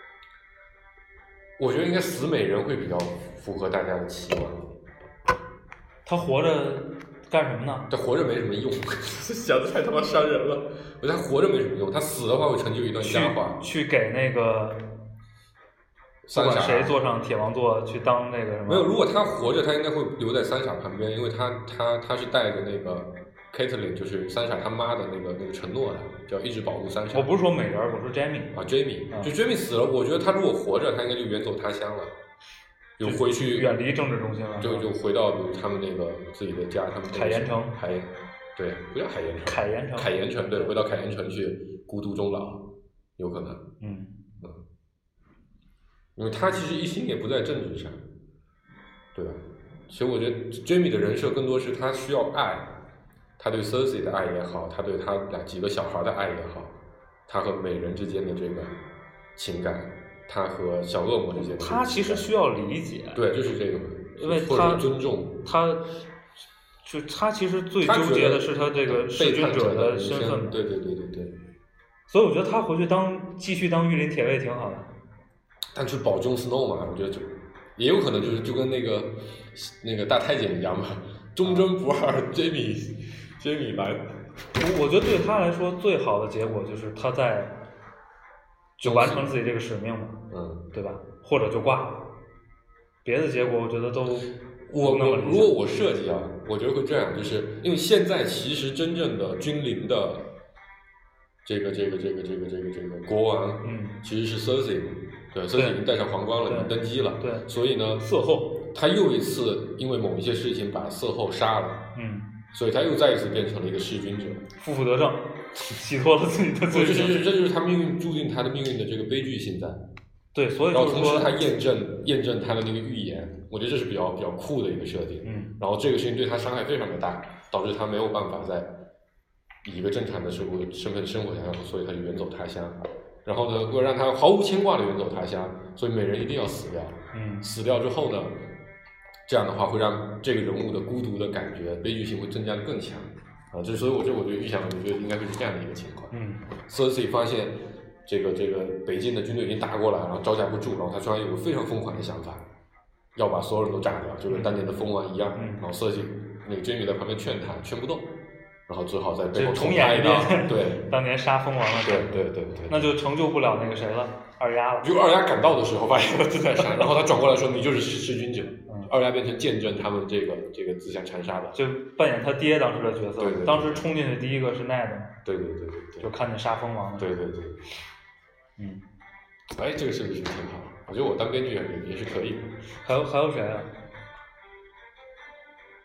我觉得应该死美人会比较符合大家的期望。 他活着干什么呢？ 他活着没什么用，想的太他妈伤人了。我觉得他活着没什么用，他死的话会成就一段佳话。 去给那个不管谁坐上铁王座去当那个什么？ 没有，如果他活着，他应该会留在三傻旁边，因为他他他是带着那个 Catelyn， 就是三傻他妈的那个那个承诺的，叫一直保护三傻。 我不是说美人，我说 Jaime 啊 ，Jaime，、 嗯、 就 Jaime 死了，我觉得他如果活着，他应该就远走他乡了。就回去远离政治中心了， 就就回到比如他们那个自己的家，他们海盐城， 海，对，不叫海盐城， 海盐城， 海盐城，对，回到海盐城去孤独终老，有可能， 嗯嗯，因为他其实一心也不在政治上，对吧？其实我觉得 Jaime 的人设更多是他需要爱，他对 Cersei 的爱也好，他对他俩几个小孩的爱也好，他和美人之间的这个情感。他和小恶魔之间的， 他其实需要理解， 对，就是这个， 因为他尊重他，就他其实最纠结的是他这个弑君者的身份， 对对对对对。 所以我觉得他回去当继续当御林铁卫挺好的。 但是保 Jon Snow 嘛，我觉得就也有可能就是就跟那个那个大太监一样嘛，忠贞不二 ，Jaime Jaime 来。 我我觉得对他来说最好的结果就是他在。就完成自己这个使命嘛， 嗯， 对吧？或者就挂了，别的结果我觉得都我我如果我设计啊，我觉得会这样，就是因为现在其实真正的君临的这个这个这个这个这个这个国王， 嗯， 其实是 Cersei， 对 ，Cersei 已经戴上皇冠了，已经登基了， 对， 所以呢， 色后他又一次因为某一些事情把色后杀了， 嗯， 所以他又再一次变成了一个弑君者， 负负得正。洗脱了自己的罪行，这就是这就是他命运注定他的命运的这个悲剧性在。 对，所以然后同时他验证验证他的那个预言，我觉得这是比较比较酷的一个设定。 嗯。 然后这个事情对他伤害非常的大，导致他没有办法在以一个正常的生活身份生活下去，所以他就远走他乡。然后呢，为了让他毫无牵挂的远走他乡，所以美人一定要死掉。 嗯。 死掉之后呢，这样的话会让这个人物的孤独的感觉、悲剧性会增加的更强。啊，这所以我这我就预想，我觉得应该会是这样的一个情况。 嗯 ，Cersei 发现这个这个北境的军队已经打过来，然后招架不住，然后他突然有个非常疯狂的想法，要把所有人都炸掉，就跟当年的蜂王一样。 嗯， 然后 Cersei 那个 Jaime 在旁边劝他，劝不动，然后只好在背后重演一遍。 对， 当年杀蜂王了。 对对对对。 那就成就不了那个谁了，二丫了。 就二丫赶到的时候，发现他正在杀，然后他转过来说：“你就是弑君者。”二丫变成见证他们这个这个自相残杀的， 就扮演他爹当时的角色。 对对对， 当时冲进去第一个是 Ned。 对对对对对。 就看见杀蜂王了。 对对对。 嗯。 哎，这个设计是挺好，我觉得我当编剧也也是可以的。 还有还有谁啊？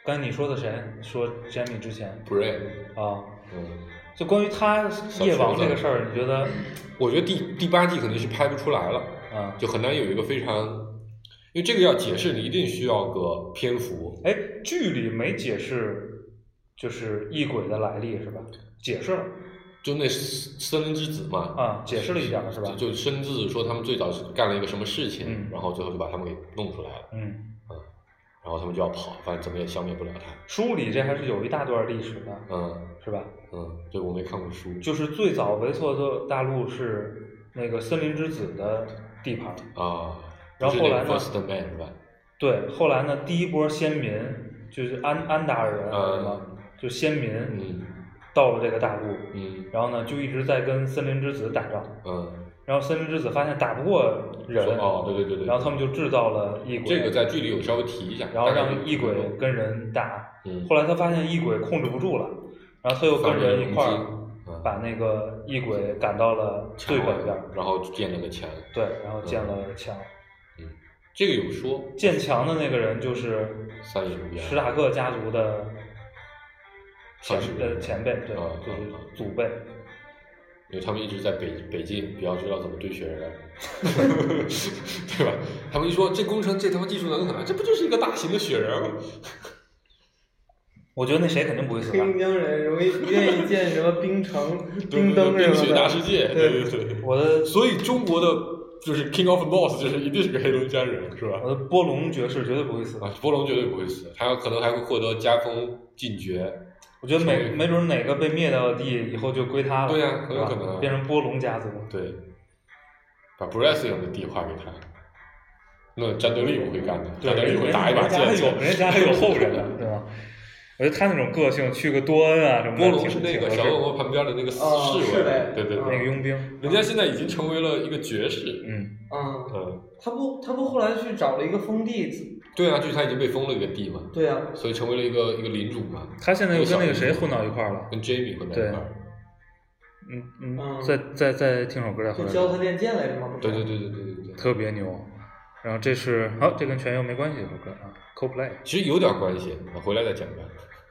刚才你说的谁？说 Jamie 之前 Bray 啊， 嗯， 就关于他夜王这个事儿，你觉得？ 我觉得第第八季肯定是拍不出来了， 啊， 就很难有一个非常，因为这个要解释，你一定需要个篇幅。 哎，剧里没解释，就是异鬼的来历是吧？解释了。 就那森林之子嘛， 啊，解释了一点是吧？ 就深自说他们最早是干了一个什么事情， 嗯、 然后最后就把他们给弄出来了， 嗯嗯，然后他们就要跑，反正怎么也消灭不了他。 书里这还是有一大段历史的， 嗯， 是吧？ 嗯，这我没看过书。 就是最早维索特大陆是那个森林之子的地盘啊， 然后后来呢 ？First Man 是吧？ 对，后来呢，第一波先民就是安安达尔人， 嗯、 是吗？就先民， 嗯。 到了这个大陆， 嗯， 然后呢，就一直在跟森林之子打仗， 嗯， 然后森林之子发现打不过人， 哦，对对对对， 然后他们就制造了异鬼， 这个在剧里有稍微提一下， 然后让异鬼跟人打， 嗯， 后来他发现异鬼控制不住了，然后他又跟人一块儿把那个异鬼赶到了最北边， 然后建了个墙， 对，然后建了墙， 嗯，这个有说， 建墙的那个人就是三野史塔克家族的。前呃前辈对， 啊、 就是祖辈， 因为他们一直在北北境，比较知道怎么堆雪人，对吧？他们一说这工程这他妈技术能很，这不就是一个大型的雪人吗？ 我觉得那谁肯定不会死吧。 黑江人容易不愿意建什么冰城、冰灯冰雪大世界，对对对。 我的所以中国的就是 King of Boss 就是一定是个黑龙江人，是吧？ 我的波隆爵士绝对不会死啊，波隆绝对不会死，他可能还会获得加封进爵。 我觉得没没准哪个被灭掉的地以后就归他了。 对呀、啊，很有可能、啊、 变成波隆家族。 对，把 Baratheon 的地划给他，那詹德利不会干的，詹德利会打一把剑。 人家有，人家还有后人呢，对吧？我觉得他那种个性，去个多恩啊什么的。 波隆是那个小恶魔旁边的那个侍卫，对对对， 那个佣兵。 人家现在已经成为了一个爵士。 嗯嗯嗯， 他不，他不后来去找了一个封地。 对啊，就是他已经被封了一个地嘛。 对啊， 所以成为了一个一个领主嘛。 他现在又跟那个谁混到一块儿了？ 跟 Jamie 混到一块儿。 嗯嗯，再再再听首歌再回来。 就教他练剑来着吗？ 对对对对对对对。 特别牛。然后这是好，这跟全游没关系的首歌啊 ，Coldplay。 其实有点关系，回来再讲吧。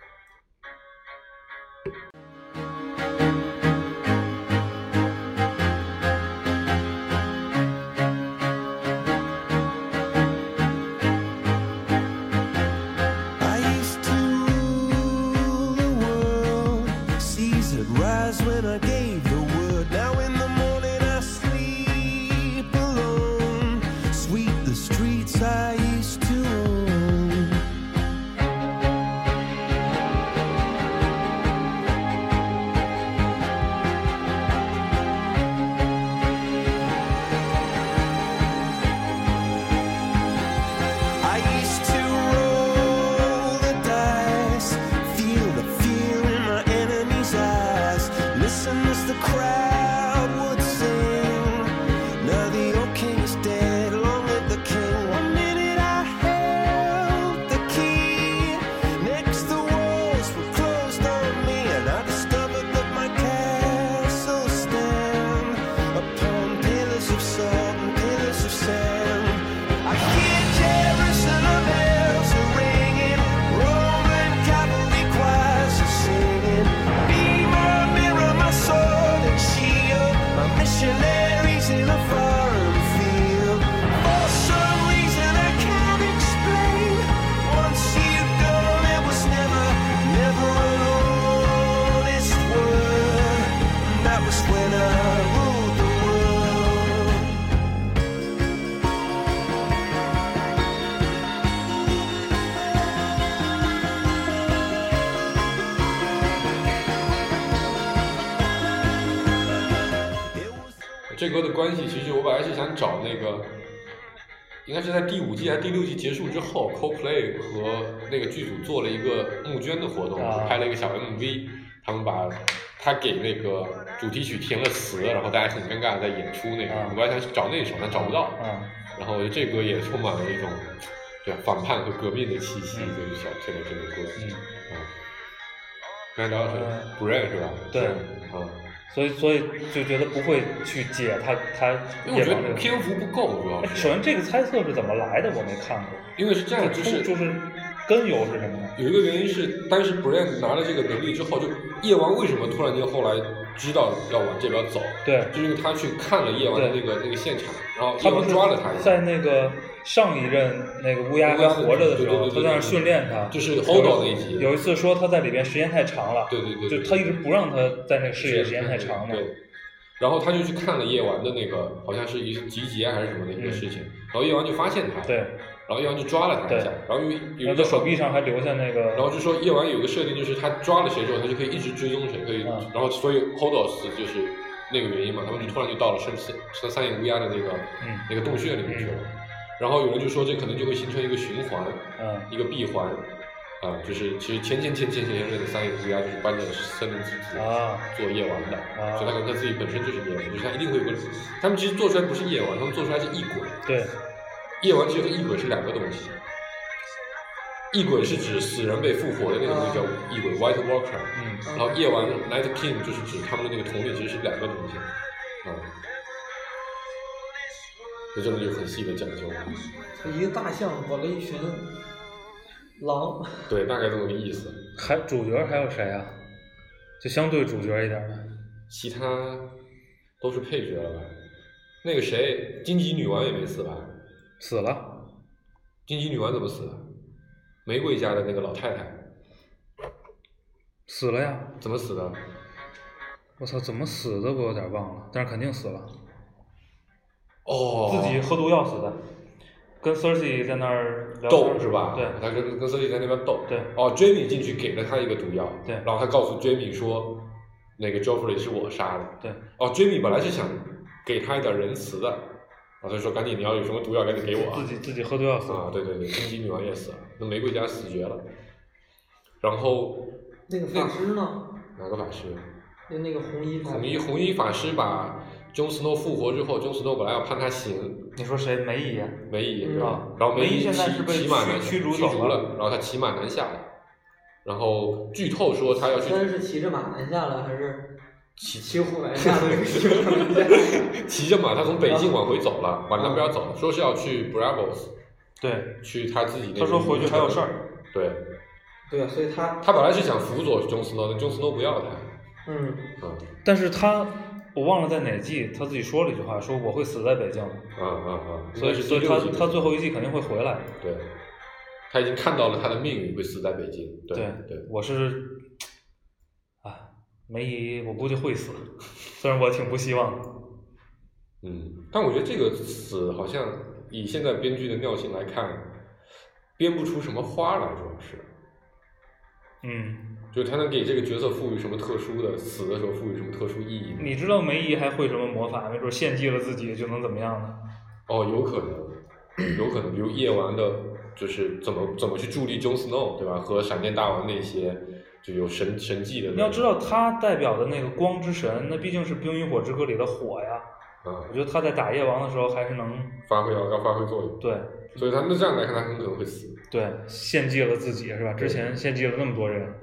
这歌的关系，其实我本来是想找那个，应该是在第五季还是第六季结束之后 ，Coldplay 和那个剧组做了一个募捐的活动， 啊、 拍了一个小 M V， 他们把他给那个主题曲填了词，然后大家很尴尬的在演出那个，啊、我本来想找那首，但找不到， 啊、 然后我觉得这歌也充满了一种对反叛和革命的气息，嗯、所以就想这个这个歌，嗯，啊，刚才聊的是 Bray 是吧？ 对， 啊。 所以，所以就觉得不会去解他他因为我觉得篇幅不够，主要是。 首先，这个猜测是怎么来的？我没看过。 因为是这样，就是就是根由是什么呢？ 有一个原因是，当时 Brian 拿了这个能力之后，就夜王为什么突然间后来知道要往这边走？ 对， 就是因为他去看了夜王的那个那个现场，然后他不是抓了他一下。 在那个上一任那个乌鸦还活着的时候，他在那训练他， 就是 Hold 那一集。 有一次说他在里边时间太长了， 对对对， 就他一直不让他在那个视野时间太长嘛。 对。然后他就去看了夜王的那个，好像是一集结还是什么的一个事情，然后夜王就发现他， 对， 然后夜王就抓了他一下，然后因为有一个手臂上还留下那个， 然后就说夜王有个设定，就是他抓了谁之后，他就可以一直追踪谁，可以， 嗯、 然后所以 Hodos 就是那个原因嘛，他们就突然就到了深深三眼乌鸦的那个、 嗯、 那个洞穴里面去了，嗯、然后有人就说这可能就会形成一个循环， 嗯， 一个闭环。啊，就是其实前前前前前前任的三眼乌鸦就是搬着森林之子啊做夜王的， 啊、 所以他可能他自己本身就是夜王，就是他一定会有个，他们其实做出来不是夜王，他们做出来是异鬼。 对， 夜王其实和异鬼是两个东西。异鬼是指死人被复活的那个东西叫异鬼 ，White Walker。 嗯。 然后夜王 Night King 就是指他们的那个统领，其实是两个东西。啊、嗯。这真的就很细的讲究。 一个大象裹了一群狼。 对，大概这么个意思。 还主角还有谁啊？就相对主角一点的。 其他都是配角了吧？那个谁，荆棘女王也没死吧？ 死了。 荆棘女王怎么死的？玫瑰家的那个老太太。 死了呀？ 怎么死的？ 我操，怎么死的我有点忘了，但是肯定死了。 哦。 自己喝毒药死的，跟 Cersei 在那儿斗是吧？ 对， 他跟跟 Cersei 在那边斗。 对。 哦 ，Jaime 进去给了他一个毒药。 对。 然后他告诉 Jaime 说，那个 Joffrey 是我杀的。 对。 哦 ，Jaime 本来是想给他一点仁慈的，然后他说赶紧你要有什么毒药赶紧给我。 自己自己喝毒药死啊！对对对，荆棘女王也死了，那玫瑰家死绝了。然后。 那个法师呢？ 哪个法师？ 就那个红衣法师。 红衣红衣法师把 Jon Snow 复活之后 ，Jon Snow 本来要判他刑。 你说谁？梅姨？ 梅姨是吧？ 然后梅姨现在是被骑马南驱逐走了，然后他骑马南下了。然后剧透说他要去。 他是骑着马南下了，还是骑骑虎南下的？ 骑着马，他从北境往回走了，往那边走，说是要去 Bravos。 对。 去他自己那。 他说回去还有事儿。 对。 对啊，所以他他本来是想辅佐 Jon Snow 的 ，Jon Snow 不要他。 嗯。 嗯。 但是他，我忘了在哪季，他自己说了一句话，说我会死在北京。 啊啊啊！ 所以，所以他他最后一季肯定会回来。 对。他已经看到了他的命运会死在北京。对对。 我是，啊，梅姨，我估计会死，虽然我挺不希望。 嗯，但我觉得这个死好像以现在编剧的尿性来看。编不出什么花来，主要是， 嗯， 就是他能给这个角色赋予什么特殊的，死的时候赋予什么特殊意义？ 你知道梅姨还会什么魔法？没准献祭了自己就能怎么样呢？ 哦，有可能，有可能，比如夜王的，就是怎么怎么去助力 Jon Snow， 对吧？和闪电大王那些就有神神迹的。 你要知道，他代表的那个光之神，那毕竟是《冰与火之歌》里的火呀。 啊， 我觉得他在打夜王的时候还是能发挥要要发挥作用。 对， 所以他那这样来看，他很可能会死。 对，献祭了自己是吧？之前献祭了那么多人。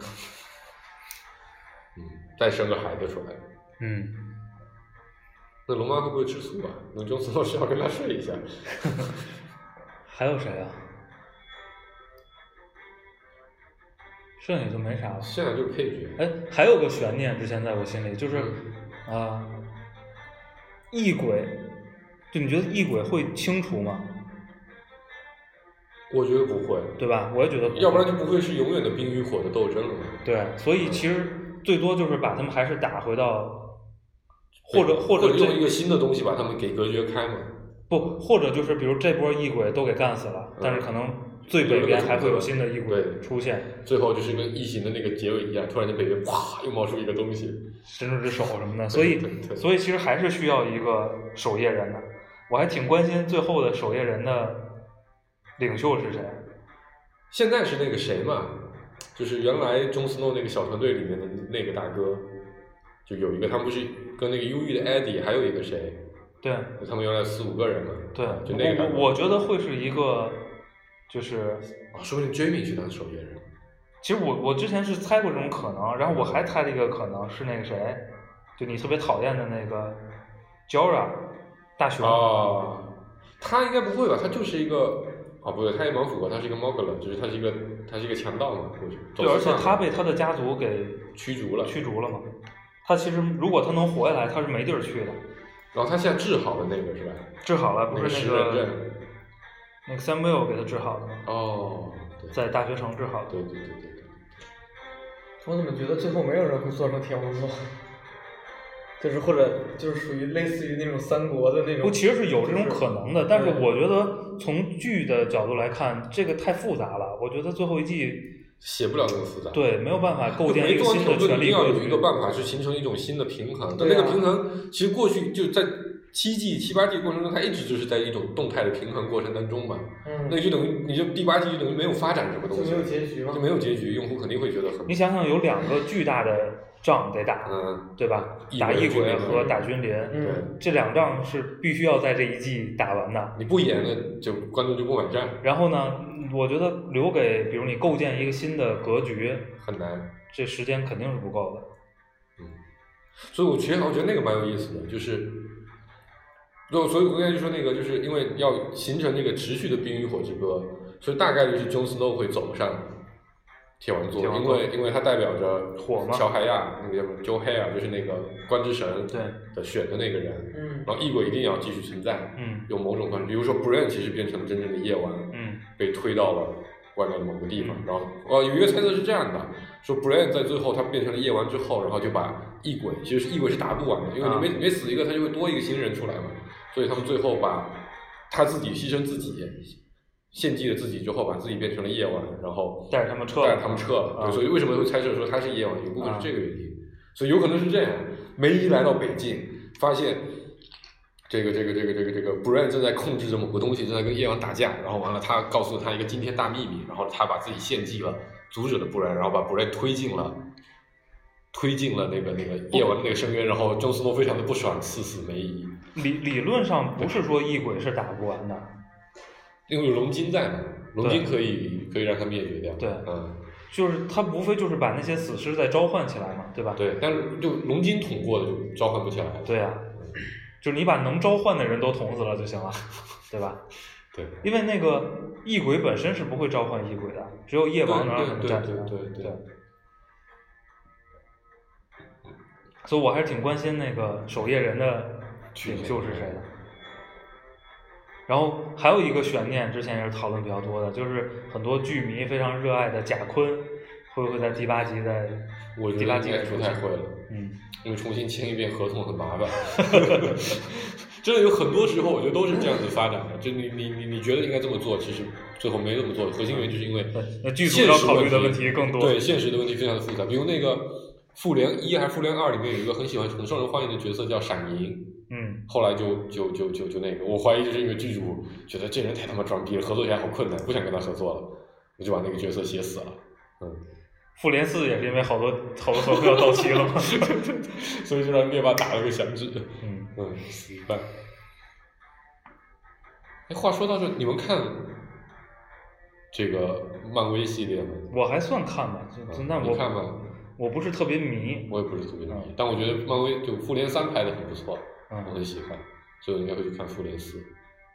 嗯，再生个孩子出来。 嗯。 那龙妈会不会吃醋啊？那Jon Snow是要跟他睡一下。 还有谁啊？剩下就没啥了。 剩下就是配角。 哎，还有个悬念，之前在我心里就是，啊、嗯呃，异鬼，就你觉得异鬼会清除吗？ 我觉得不会， 对吧？我也觉得不会， 要不然就不会是永远的冰与火的斗争了嘛。 对，所以其实最多就是把他们还是打回到，或者或者者用一个新的东西把他们给隔绝开嘛。 不，或者就是比如这波异鬼都给干死了，嗯、但是可能最北边还会有新的异鬼出现。 最后就是跟异形的那个结尾一样，突然间北边哗又冒出一个东西， 神之手什么的。所以所以其实还是需要一个守夜人的。我还挺关心最后的守夜人的领袖是谁。 现在是那个谁嘛，就是原来 Jon Snow 那个小团队里面的那个大哥，就有一个他们不是跟那个忧郁的 Eddie 还有一个谁。 对， 他们原来四五个人嘛。 对， 就那个我我觉得会是一个，就是啊，说不定 Jaime 去当守夜人。 其实我我之前是猜过这种可能，然后我还猜了一个可能是那个谁，就你特别讨厌的那个 Jorah 大熊。 哦，他应该不会吧？他就是一个啊，不对，他也蛮符合，他是一个 Mogul， 就是他是一个他是一个强盗嘛，过去。 对，而且他被他的家族给驱逐了， 驱逐了嘛。他其实如果他能活下来，他是没地儿去的。 然后他现在治好了那个是吧？ 治好了，不是那个那个 Samuel 给他治好的吗？ 哦， 在大学城治好的。 对对对对对。 我怎么觉得最后没有人会做成天王座？就是或者就是属于类似于那种三国的那种。 不，其实是有这种可能的，但是我觉得从剧的角度来看，这个太复杂了。我觉得最后一季写不了那么复杂。 对，没有办法构建一个新的权力格局。 一定要有一个办法是形成一种新的平衡。那个平衡其实过去就在七季、七八季过程中，它一直就是在一种动态的平衡过程当中嘛。 嗯。 那就等于你就第八季就等于没有发展什么东西， 就没有结局嘛， 就没有结局，用户肯定会觉得很。 你想想，有两个巨大的仗得打， 嗯， 对吧？打异鬼和打君临， 嗯， 这两仗是必须要在这一季打完的。 你不演了，就观众就不买账。 然后呢，我觉得留给，比如你构建一个新的格局很难， 这时间肯定是不够的。 嗯，所以我其实我觉得那个蛮有意思的，就是。所以我刚才就说那个，就是因为要形成那个持续的冰与火之歌，所以大概率是 Jon Snow 会走上铁王座，因为因为它代表着火嘛， 乔海亚那个叫什么 Joe Hair 就是那个光之神的选的那个人， 嗯， 然后异鬼一定要继续存在， 嗯， 有某种方式，比如说 Bran 其实变成了真正的夜晚， 嗯， 被推到了外面的某个地方，然后哦有一个猜测是这样的，说 Bran 在最后他变成了夜王之后，然后就把异鬼，其实异鬼是打不完的，因为你每、啊、每死一个，他就会多一个新人出来嘛。所以他们最后把他自己牺牲自己，献祭了自己之后，把自己变成了夜晚，然后带着他们撤了， 带着他们撤了。 啊、 对，所以为什么会猜测说他是夜晚？有部分是这个原因。啊、所以有可能是这样：梅姨来到北境，发现这个这个这个这个这个 Bran 正在控制着某个东西，正在跟夜王打架，然后完了，他告诉他一个惊天大秘密，然后他把自己献祭了，阻止了 Bran， 然后把 Bran 推进了。推进了那个那个夜晚的那个深渊，然后 Jon Snow 非常的不爽，刺死梅姨。 理理论上不是说异鬼是打不完的， 因为有龙筋在嘛，龙筋可以可以让它灭绝掉。 对， 嗯， 就是他无非就是把那些死尸再召唤起来嘛，对吧？ 对，但是就龙筋捅过的就召唤不起来了。 对呀、啊，就是你把能召唤的人都捅死了就行了，对吧？ 对， 因为那个异鬼本身是不会召唤异鬼的，只有夜王能让他们站起来。 对对对 对, 对。 所以我还是挺关心那个守夜人的领袖是谁的。然后还有一个悬念，之前也是讨论比较多的，就是很多剧迷非常热爱的贾昆，会不会在第八集在第八集应该不太会了， 嗯， 因为重新签一遍合同很麻烦。真的有很多时候，我觉得都是这样子发展的。就你你你你觉得应该这么做，其实最后没这么做。核心原因就是因为那剧组要考虑的问题更多， 对现实的问题非常的复杂。比如那个复联一还是复联二里面有一个很喜欢很受人欢迎的角色叫闪银， 嗯， 后来就就就就就那个，我怀疑就是因为剧组觉得这人太他妈装逼了，合作起来好困难，不想跟他合作了，我就把那个角色写死了。嗯， 复联四也是因为好多好多合同要到期了嘛， 所以就让灭霸打了个响指。 嗯嗯，死办。哎，话说到这，你们看这个漫威系列吗？ 我还算看吧，就、嗯、但我你看吗？ 我不是特别迷， 我也不是特别迷， 嗯、 但我觉得漫威就复联三拍的很不错， 嗯、 我很喜欢，所以我应该会去看复联四。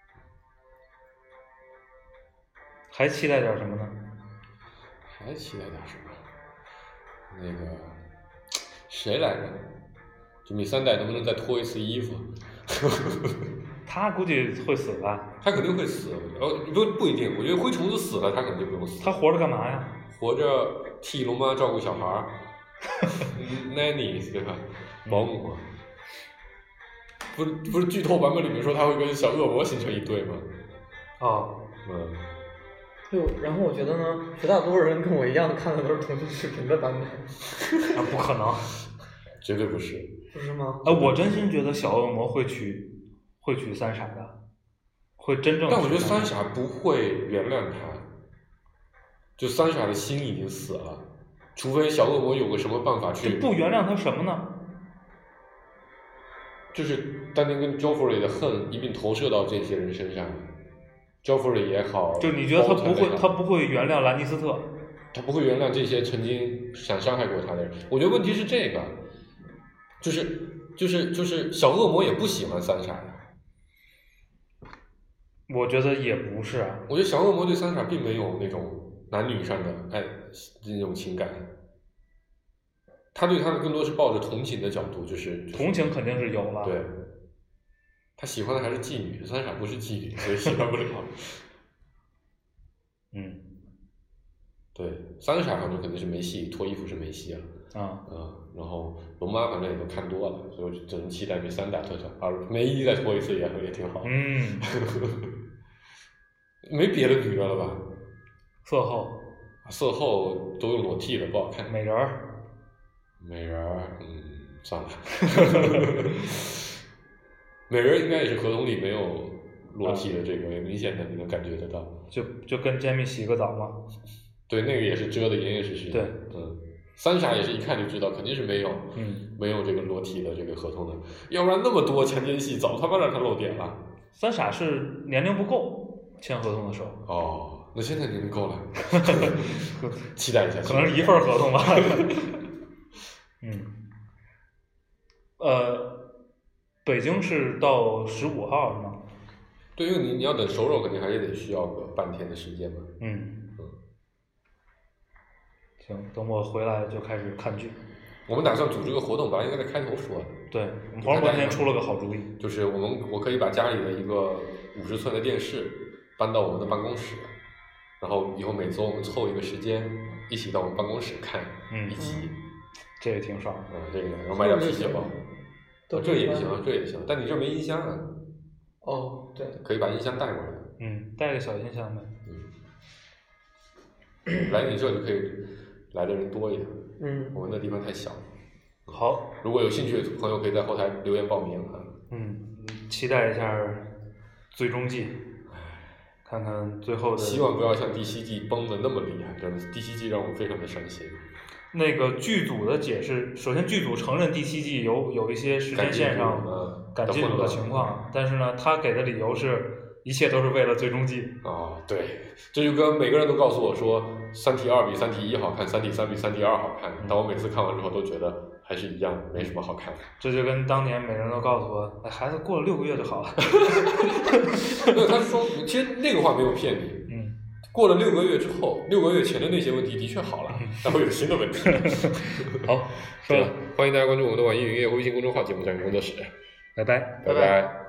还期待点什么呢？ 还期待点什么？那个谁来着？就米三代能不能再脱一次衣服？ 他估计会死吧？ 他肯定会死，哦，不不一定，我觉得灰虫子死了，他可能就不用死。 他活着干嘛呀？ 活着替龙妈照顾小孩儿，nanny 对吧？保姆。不是不是剧透版本里面说他会跟小恶魔形成一对吗？ 哦， 嗯。 就然后我觉得呢，绝大多数人跟我一样看的都是腾讯视频的版本。 啊，不可能， 绝对不是。 不是吗？ 啊，我真心觉得小恶魔会娶会娶三傻的，会真正。 但我觉得三傻不会原谅他，就三傻的心已经死了，除非小恶魔有个什么办法去。 不原谅他什么呢？ 就是当年跟 Joffrey 的恨一并投射到这些人身上。Joffrey 也好， 就你觉得他不会，他不会原谅兰尼斯特， 他不会原谅这些曾经想伤害过他的人。我觉得问题是这个，就是就是就是小恶魔也不喜欢三傻呀， 我觉得也不是啊。 我觉得小恶魔对三傻并没有那种男女上的爱那种情感，他对他们更多是抱着同情的角度，就是、就是、 同情肯定是有了。 对，他喜欢的还是妓女，三傻不是妓女，所以喜欢不了。 嗯， 对，三傻反正肯定是没戏，脱衣服是没戏了。 啊， 嗯，然后龙妈反正也都看多了，所以我就只能期待这三打特效，而梅姨再脱一次也也挺好。 嗯， 没别的女的了吧？ 色后， 色后都用裸替的，不好看。 美人儿， 美人儿，嗯，算了。美人儿应该也是合同里没有裸替的，这个明显的你能感觉得到。 就就跟 Jamie 洗个澡嘛。 对，那个也是遮的严严实实的。 对， 嗯。三傻也是一看就知道肯定是没有， 嗯， 没有这个裸体的这个合同的，要不然那么多强奸戏早他妈让他露点了。 三傻是年龄不够签合同的时候。 哦，那现在年龄够了，期待一下。 可能是一份合同吧。嗯，呃，北京是到十五号是吗？ 对，因为你你要等熟肉，肯定还是得需要个半天的时间嘛。 嗯。行，等我回来就开始看剧。 我们打算组织个活动，本来应该在开头说的。 对，我们黄渤那天出了个好主意， 就是我们我可以把家里的一个五十寸的电视搬到我们的办公室，然后以后每周我们凑一个时间，一起到我们办公室看一集。 嗯、这也挺爽。 嗯，这个，然后买点啤酒。哦，这也行，这也行，但你这没音箱啊。 哦，对。 可以把音箱带过来。 嗯，带个小音箱呗。 嗯。来你这就可以。来的人多一点， 嗯， 我们的地方太小。 好， 如果有兴趣的朋友可以在后台留言报名啊。 嗯，期待一下最终季，看看最后的。 希望不要像第七季崩的那么厉害，真的，第七季让我非常的伤心。 那个剧组的解释，首先剧组承认第七季有有一些时间线上赶进度的情况，但是呢，他给的理由是。一切都是为了最终季啊、哦！对，这就跟每个人都告诉我说，《三体二》比《三体一》好看，《三体三》比《三体二》好看，但我每次看完之后都觉得还是一样，没什么好看的。 这就跟当年每人都告诉我，哎，孩子过了六个月就好了。 没有，他说，其实那个话没有骗你。 嗯， 过了六个月之后，六个月前的那些问题的确好了，但会有新的问题。 好，说了， 欢迎大家关注我们的网易云音乐微信公众号“节目站工作室”， 拜拜， 拜拜。